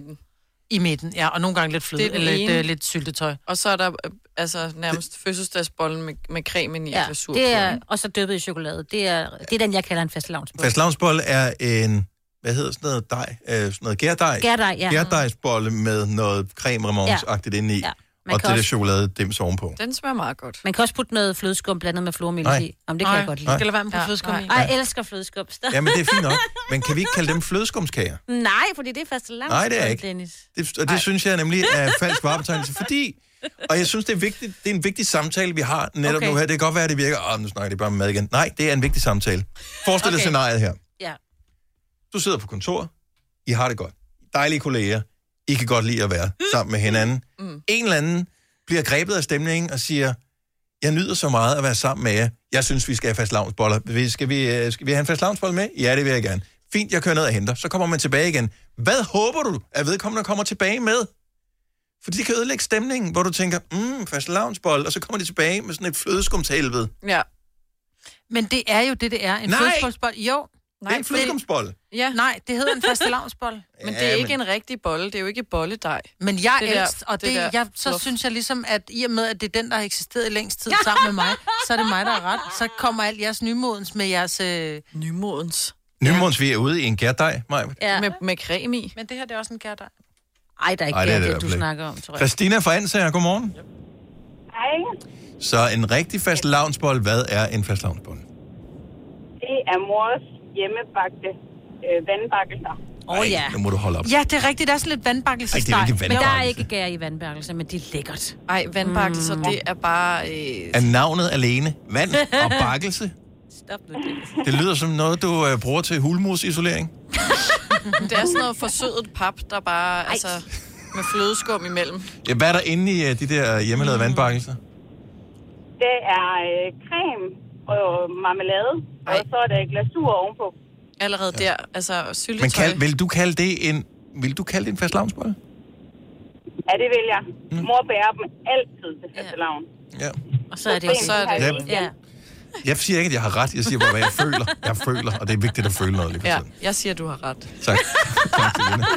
I midten, ja, og nogle gange lidt fløde, eller lidt syltetøj. Og så er der nærmest fødselsdagsbollen med cremen i glasur. Det er også dyppet i chokolade. Det er den, jeg kalder en fastelavnsbolle. Fastelavnsbolle er en, hvad hedder sådan noget dej? Sådan noget gærdej? Gærdej, ja. Gærdejsbolle med noget creme-remons-agtigt inde i. Og det der chokolade dims ovenpå. Den smager meget godt. Man kan også putte noget flødeskum blandet med flormelis i. Om det kan jeg godt lide. Skal der være med på flødeskum i? Ej, jeg elsker flødeskum. Ja, men det er fint nok. Men kan vi ikke kalde dem flødeskumskager? Nej, fordi det er fastelavnsbolle, Nej, det er ikke. Dennis. Det synes jeg nemlig er falsk varebetegnelse, fordi... Og jeg synes, det er vigtigt. Det er en vigtig samtale, vi har netop nu her. Det kan godt være, at det virker... nu snakker det bare med mad igen. Nej, det er en vigtig samtale. Forestil dig scenariet her. Ja. Du sidder på kontor. I har det godt. Dejlige kolleger. I kan godt lide at være sammen med hinanden. En eller anden bliver grebet af stemningen og siger, jeg nyder så meget at være sammen med jer. Jeg synes, vi skal have fastelavnsboller. Skal vi have en fastelavnsbolle med? Ja, det vil jeg gerne. Fint, jeg kører ned og henter. Så kommer man tilbage igen. Hvad håber du, at vedkommende kommer tilbage med? Fordi det kan ødelægge stemningen, hvor du tænker, fastelavnsbolle, og så kommer de tilbage med sådan et flødeskumshelvede. Ja. Men det er jo det er. En flødeskumsbolle. Jo. Nej, det er en flødeskumsbolle. Ja. Nej, det hedder en fastelavnsbolle. Men det er ikke en rigtig bolle, det er jo ikke bolledej. Men jeg elsker, og så synes jeg ligesom, at i og med, at det er den, der har eksisteret i længst tid sammen med mig, så er det mig, der er ret. Så kommer alt jeres nymodens med jeres... Nymodens? Nymodens, vi er ude i en gærdej, Maja. Ja. Med creme i. Men det her, det er også en gærdej. Ej, der er ikke det, du snakker om, tror jeg. Christina fra Ansager, godmorgen. Hej. Så en rigtig fastelavnsbolle, hvad er en fastelavnsbolle? Det er mors hjemmebagte vandbakkelser. Ja. Nu må du holde op. Ja, det er rigtigt. Der er sådan lidt vandbakkelsesteg. Men der er ikke gær i vandbakkelser, men det er lækkert. Ej, vandbakkelser, det er bare... Er navnet alene vand og bakkelse? Stop nu det lyder som noget, du bruger til hulmursisolering. Det er sådan noget forsødet pap, der bare... Altså, med flødeskum imellem. Ja, hvad er der inde i de der hjemmelavede vandbakkelser? Det er creme og marmelade, og så er der glasur ovenpå. Allerede der, altså syltetøj. Men vil du kalde det en fastelavnsbolle? Ja, det vil jeg. Mor bærer dem altid til fastelavn. Ja. Og så er det Ja. Jeg siger ikke, at jeg har ret. Jeg siger bare, hvad jeg føler. Jeg føler, og det er vigtigt at føle noget lige for tiden. Jeg siger, at du har ret. Tak. Tak til Lina.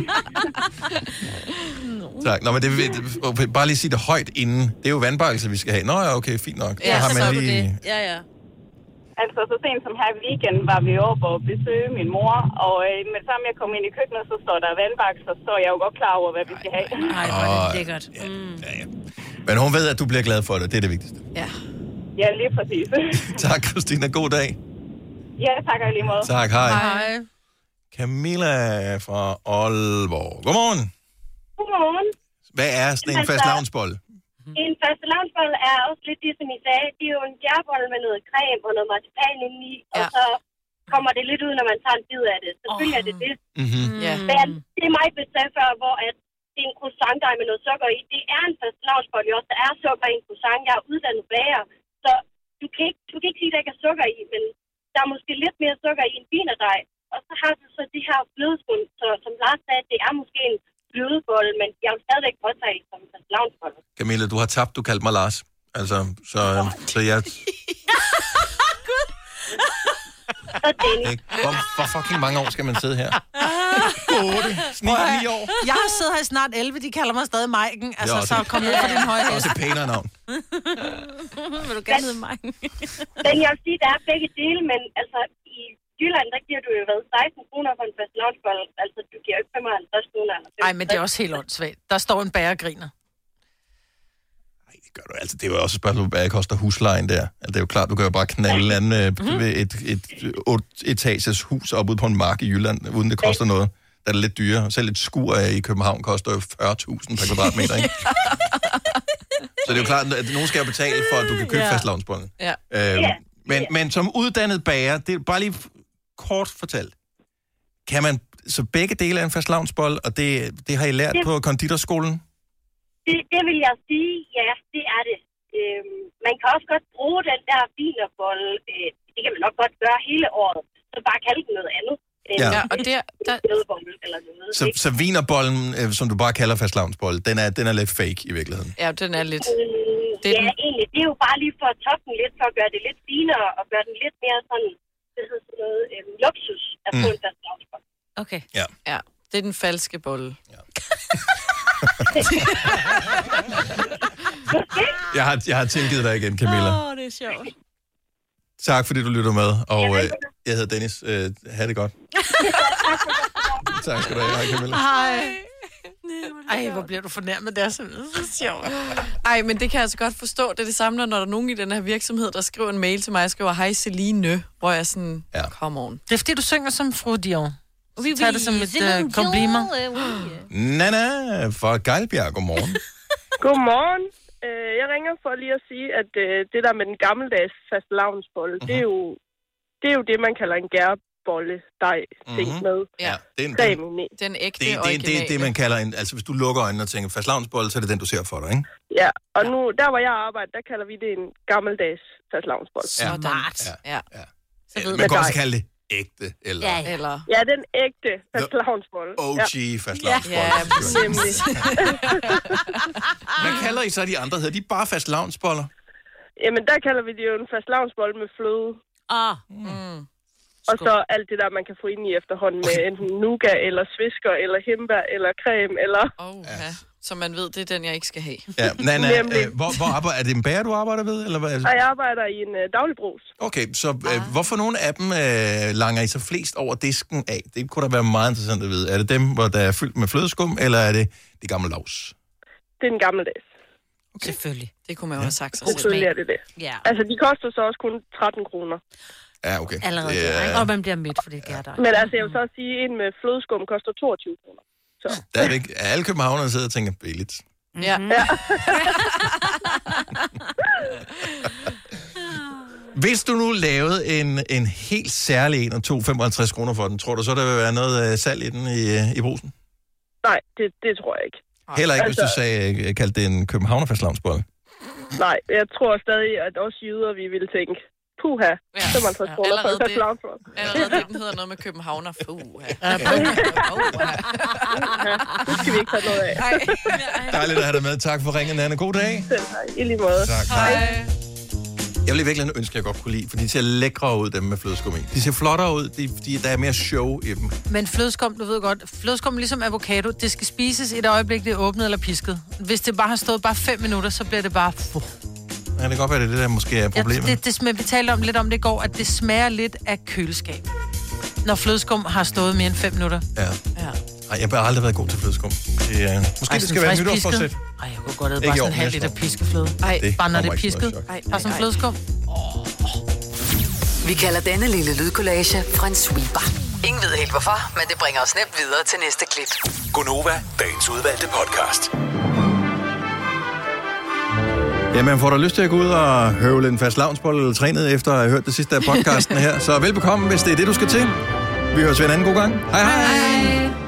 Tak. Nå, men bare lige sige det højt inden. Det er jo vandbakkelse, vi skal have. Nå ja, okay, fint nok. Ja, har så man lige... det. Ja. Altså, så sent som her i weekend var vi over på at besøge min mor, og med sammen jeg kom ind i køkkenet, så står der vandbakkelser, så er jeg jo godt klar over, hvad vi skal have. Nej, hvor er det lækkert. Ja. Men hun ved, at du bliver glad for det. Det er det vigtigste. Ja. Ja, lige præcis. Tak, Christina. God dag. Ja, tak og lige måde. Tak, hej. Hej. Camilla fra Aalborg. Godmorgen. Godmorgen. Hvad er sådan en fastelavnsbolle? En fastelavnsbolle er også lidt ligesom I sagde. Det er jo en gærbolle med noget creme og noget marcipan indeni, og så kommer det lidt ud, når man tager en bid af det. Selvfølgelig er det det. Men det er mig bestemt før, hvor at det er en croissant-dej med noget sukker i. Det er en fastelavnsbolle også. Der er sukker i en croissant. Jeg er uddannet bager, så du kan ikke sige, at der ikke er sukker i, men der er måske lidt mere sukker i en binerdej. Og så har du så det de her flødeskum, så som Lars sagde, det er måske en flødebolle, men jeg vil stadigvæk påtage som fastelavnsbolle. Camilla, du har tabt, du kaldte mig Lars. Altså, så jeg... Hvor fucking mange år skal man sidde her? 8, 9 år. Jeg har siddet her i snart 11, de kalder mig stadig Maiken. Altså, også, så kom ned fra din høje hest. Også et pænere navn. Vil du gerne hedde Maiken? Men jeg vil sige, der er begge dele, men altså i Jylland, der giver du jo 16 kroner for en fastelavnsbolle. Altså, du giver jo ikke 55 kroner. Nej, men det er også helt åndssvagt. Der står en bager og griner. Gør du, altså, det er jo også et spørgsmål, hvad koster huslejen der. Altså, det er jo klart, du kan jo bare knalde et 8-etages hus op ude på en mark i Jylland, uden det koster noget. Der er det lidt dyrere. Selv et skur i København koster jo 40.000 per kvadratmeter, ikke? Så det er jo klart, at nogen skal jo betale for, at du kan købe fastelavnsbollen. Ja. Men som uddannet bager, det er bare lige kort fortalt. Kan man så begge dele af en fastelavnsbolle, og det har I lært på konditorskolen? Det vil jeg sige, ja, det er det. Man kan også godt bruge den der wienerbolle, det kan man nok godt gøre hele året, så bare kalde den noget andet. Ja, og der... Så wienerbollen, som du bare kalder fastelavnsbolle, den er lidt fake i virkeligheden? Ja, den er lidt... Egentlig. Det er jo bare lige for at toppe den lidt, for at gøre det lidt finere, og gøre den lidt mere sådan, noget luksus at få en fastelavnsbolle. Okay. Ja, det er den falske bolle. Ja. Jeg har tilgivet dig igen, Camilla. Det er sjovt. Tak, fordi du lytter med, og jeg hedder Dennis. Ha' det godt. Tak skal du have. Hej, Camilla. Hej. Ej, hvor bliver du fornærmet, det er så sjovt. Ej, men det kan jeg altså godt forstå. Det er det samme, når der er nogen i den her virksomhed, der skriver en mail til mig, og skriver, hej Celine, hvor jeg sådan, come on. Det er fordi, du synger som fru Dion. Tag det som et kompliment. Nana fra Gejlbjerg, godmorgen. Godmorgen. Jeg ringer for lige at sige, at det der med den gammeldags fastelavnsbolle, det er jo det, man kalder en gærbolle dej-ting med. Ja, den ægte originale. Det man kalder en, altså hvis du lukker øjnene og tænker fastelavnsbolle, så er det den, du ser for dig, ikke? Ja, og nu, der hvor jeg arbejder, der kalder vi det en gammeldags fastelavnsbolle. Smart. Ja. Man kan også kalde det ægte, eller... Ja, den ægte fastelavnsbolle. OG fastelavnsbolle. Ja, nemlig. Hvad kalder I så de andre? Hedder de bare fastelavnsboller? Jamen, der kalder vi det jo en fastelavnsbolle med fløde. Og så alt det der, man kan få ind i efterhånden med enten nougat, eller svisker, eller hindbær, eller creme, eller... Så man ved, det er den, jeg ikke skal have. Ja, Nana, hvor arbejder, er det en bager, du arbejder ved? Eller hvad? Jeg arbejder i en dagligbrugs. Okay, så hvorfor nogle af dem langer I så flest over disken af? Det kunne da være meget interessant at vide. Er det dem, hvor der er fyldt med flødeskum, eller er det de gamle lavs? Det er en gammeldags. Okay. Selvfølgelig. Det kunne man jo have sagt sig selv. Er det det. Ja. Altså, de koster så også kun 13 kroner. Ja, okay. Allerede der, ikke? Og man bliver midt, for det er der. Men altså, jeg vil så sige, en med flødeskum koster 22 kroner. Så. Der er det ikke. Alle københavnere sidder og tænker, billigt. Ja. Hvis du nu lavede en helt særlig en og tog 55 kroner for den, tror du så, der vil være noget salg i den i brusen? Nej, det tror jeg ikke. Heller ikke, altså, hvis du kaldte det en københavnerfastelavnsbolle? Nej, jeg tror stadig, at også jyder, vi ville tænke, puha, 55 kroner for en fastelavnsbolle. Allerede det, den hedder noget med københavner, puha. Det skal vi ikke have noget af. Dejligt at have dig med. Tak for ringen, Anna. God dag. Selv tak. I lige måde. Tak. Hej. Jeg ville virkelig ønske, jeg godt kunne lide, for de ser lækre ud, dem med flødeskum i. De ser flottere ud, der er mere show i dem. Men flødeskum, du ved godt, flødeskum ligesom avocado, det skal spises i et øjeblik, det er åbnet eller pisket. Hvis det bare har stået bare 5 minutter, så bliver det bare... Ja, det kan godt være, det der måske er problemet. Ja, vi talte lidt om det i går, at det smager lidt af køleskab. Når flødeskum har stået mere end 5 minutter. Ja. Ej, jeg har aldrig været god til flødeskum. Måske det skal være et nytårsforsæt. Ej, jeg kunne godt have bare sådan en halv liter piskefløde. Ej, bare når det er pisket. Bare sådan flødeskum. Vi kalder denne lille lydkollage en sweeper. Ingen ved helt hvorfor, men det bringer os nemt videre til næste klip. Gonova, dagens udvalgte podcast. Jamen, får du lyst til at gå ud og høvle en fastelavnsbolle eller trænet efter at have hørt det sidste af podcasten her, så velbekomme, hvis det er det, du skal til. Vi høres ved en anden god gang. Hej hej!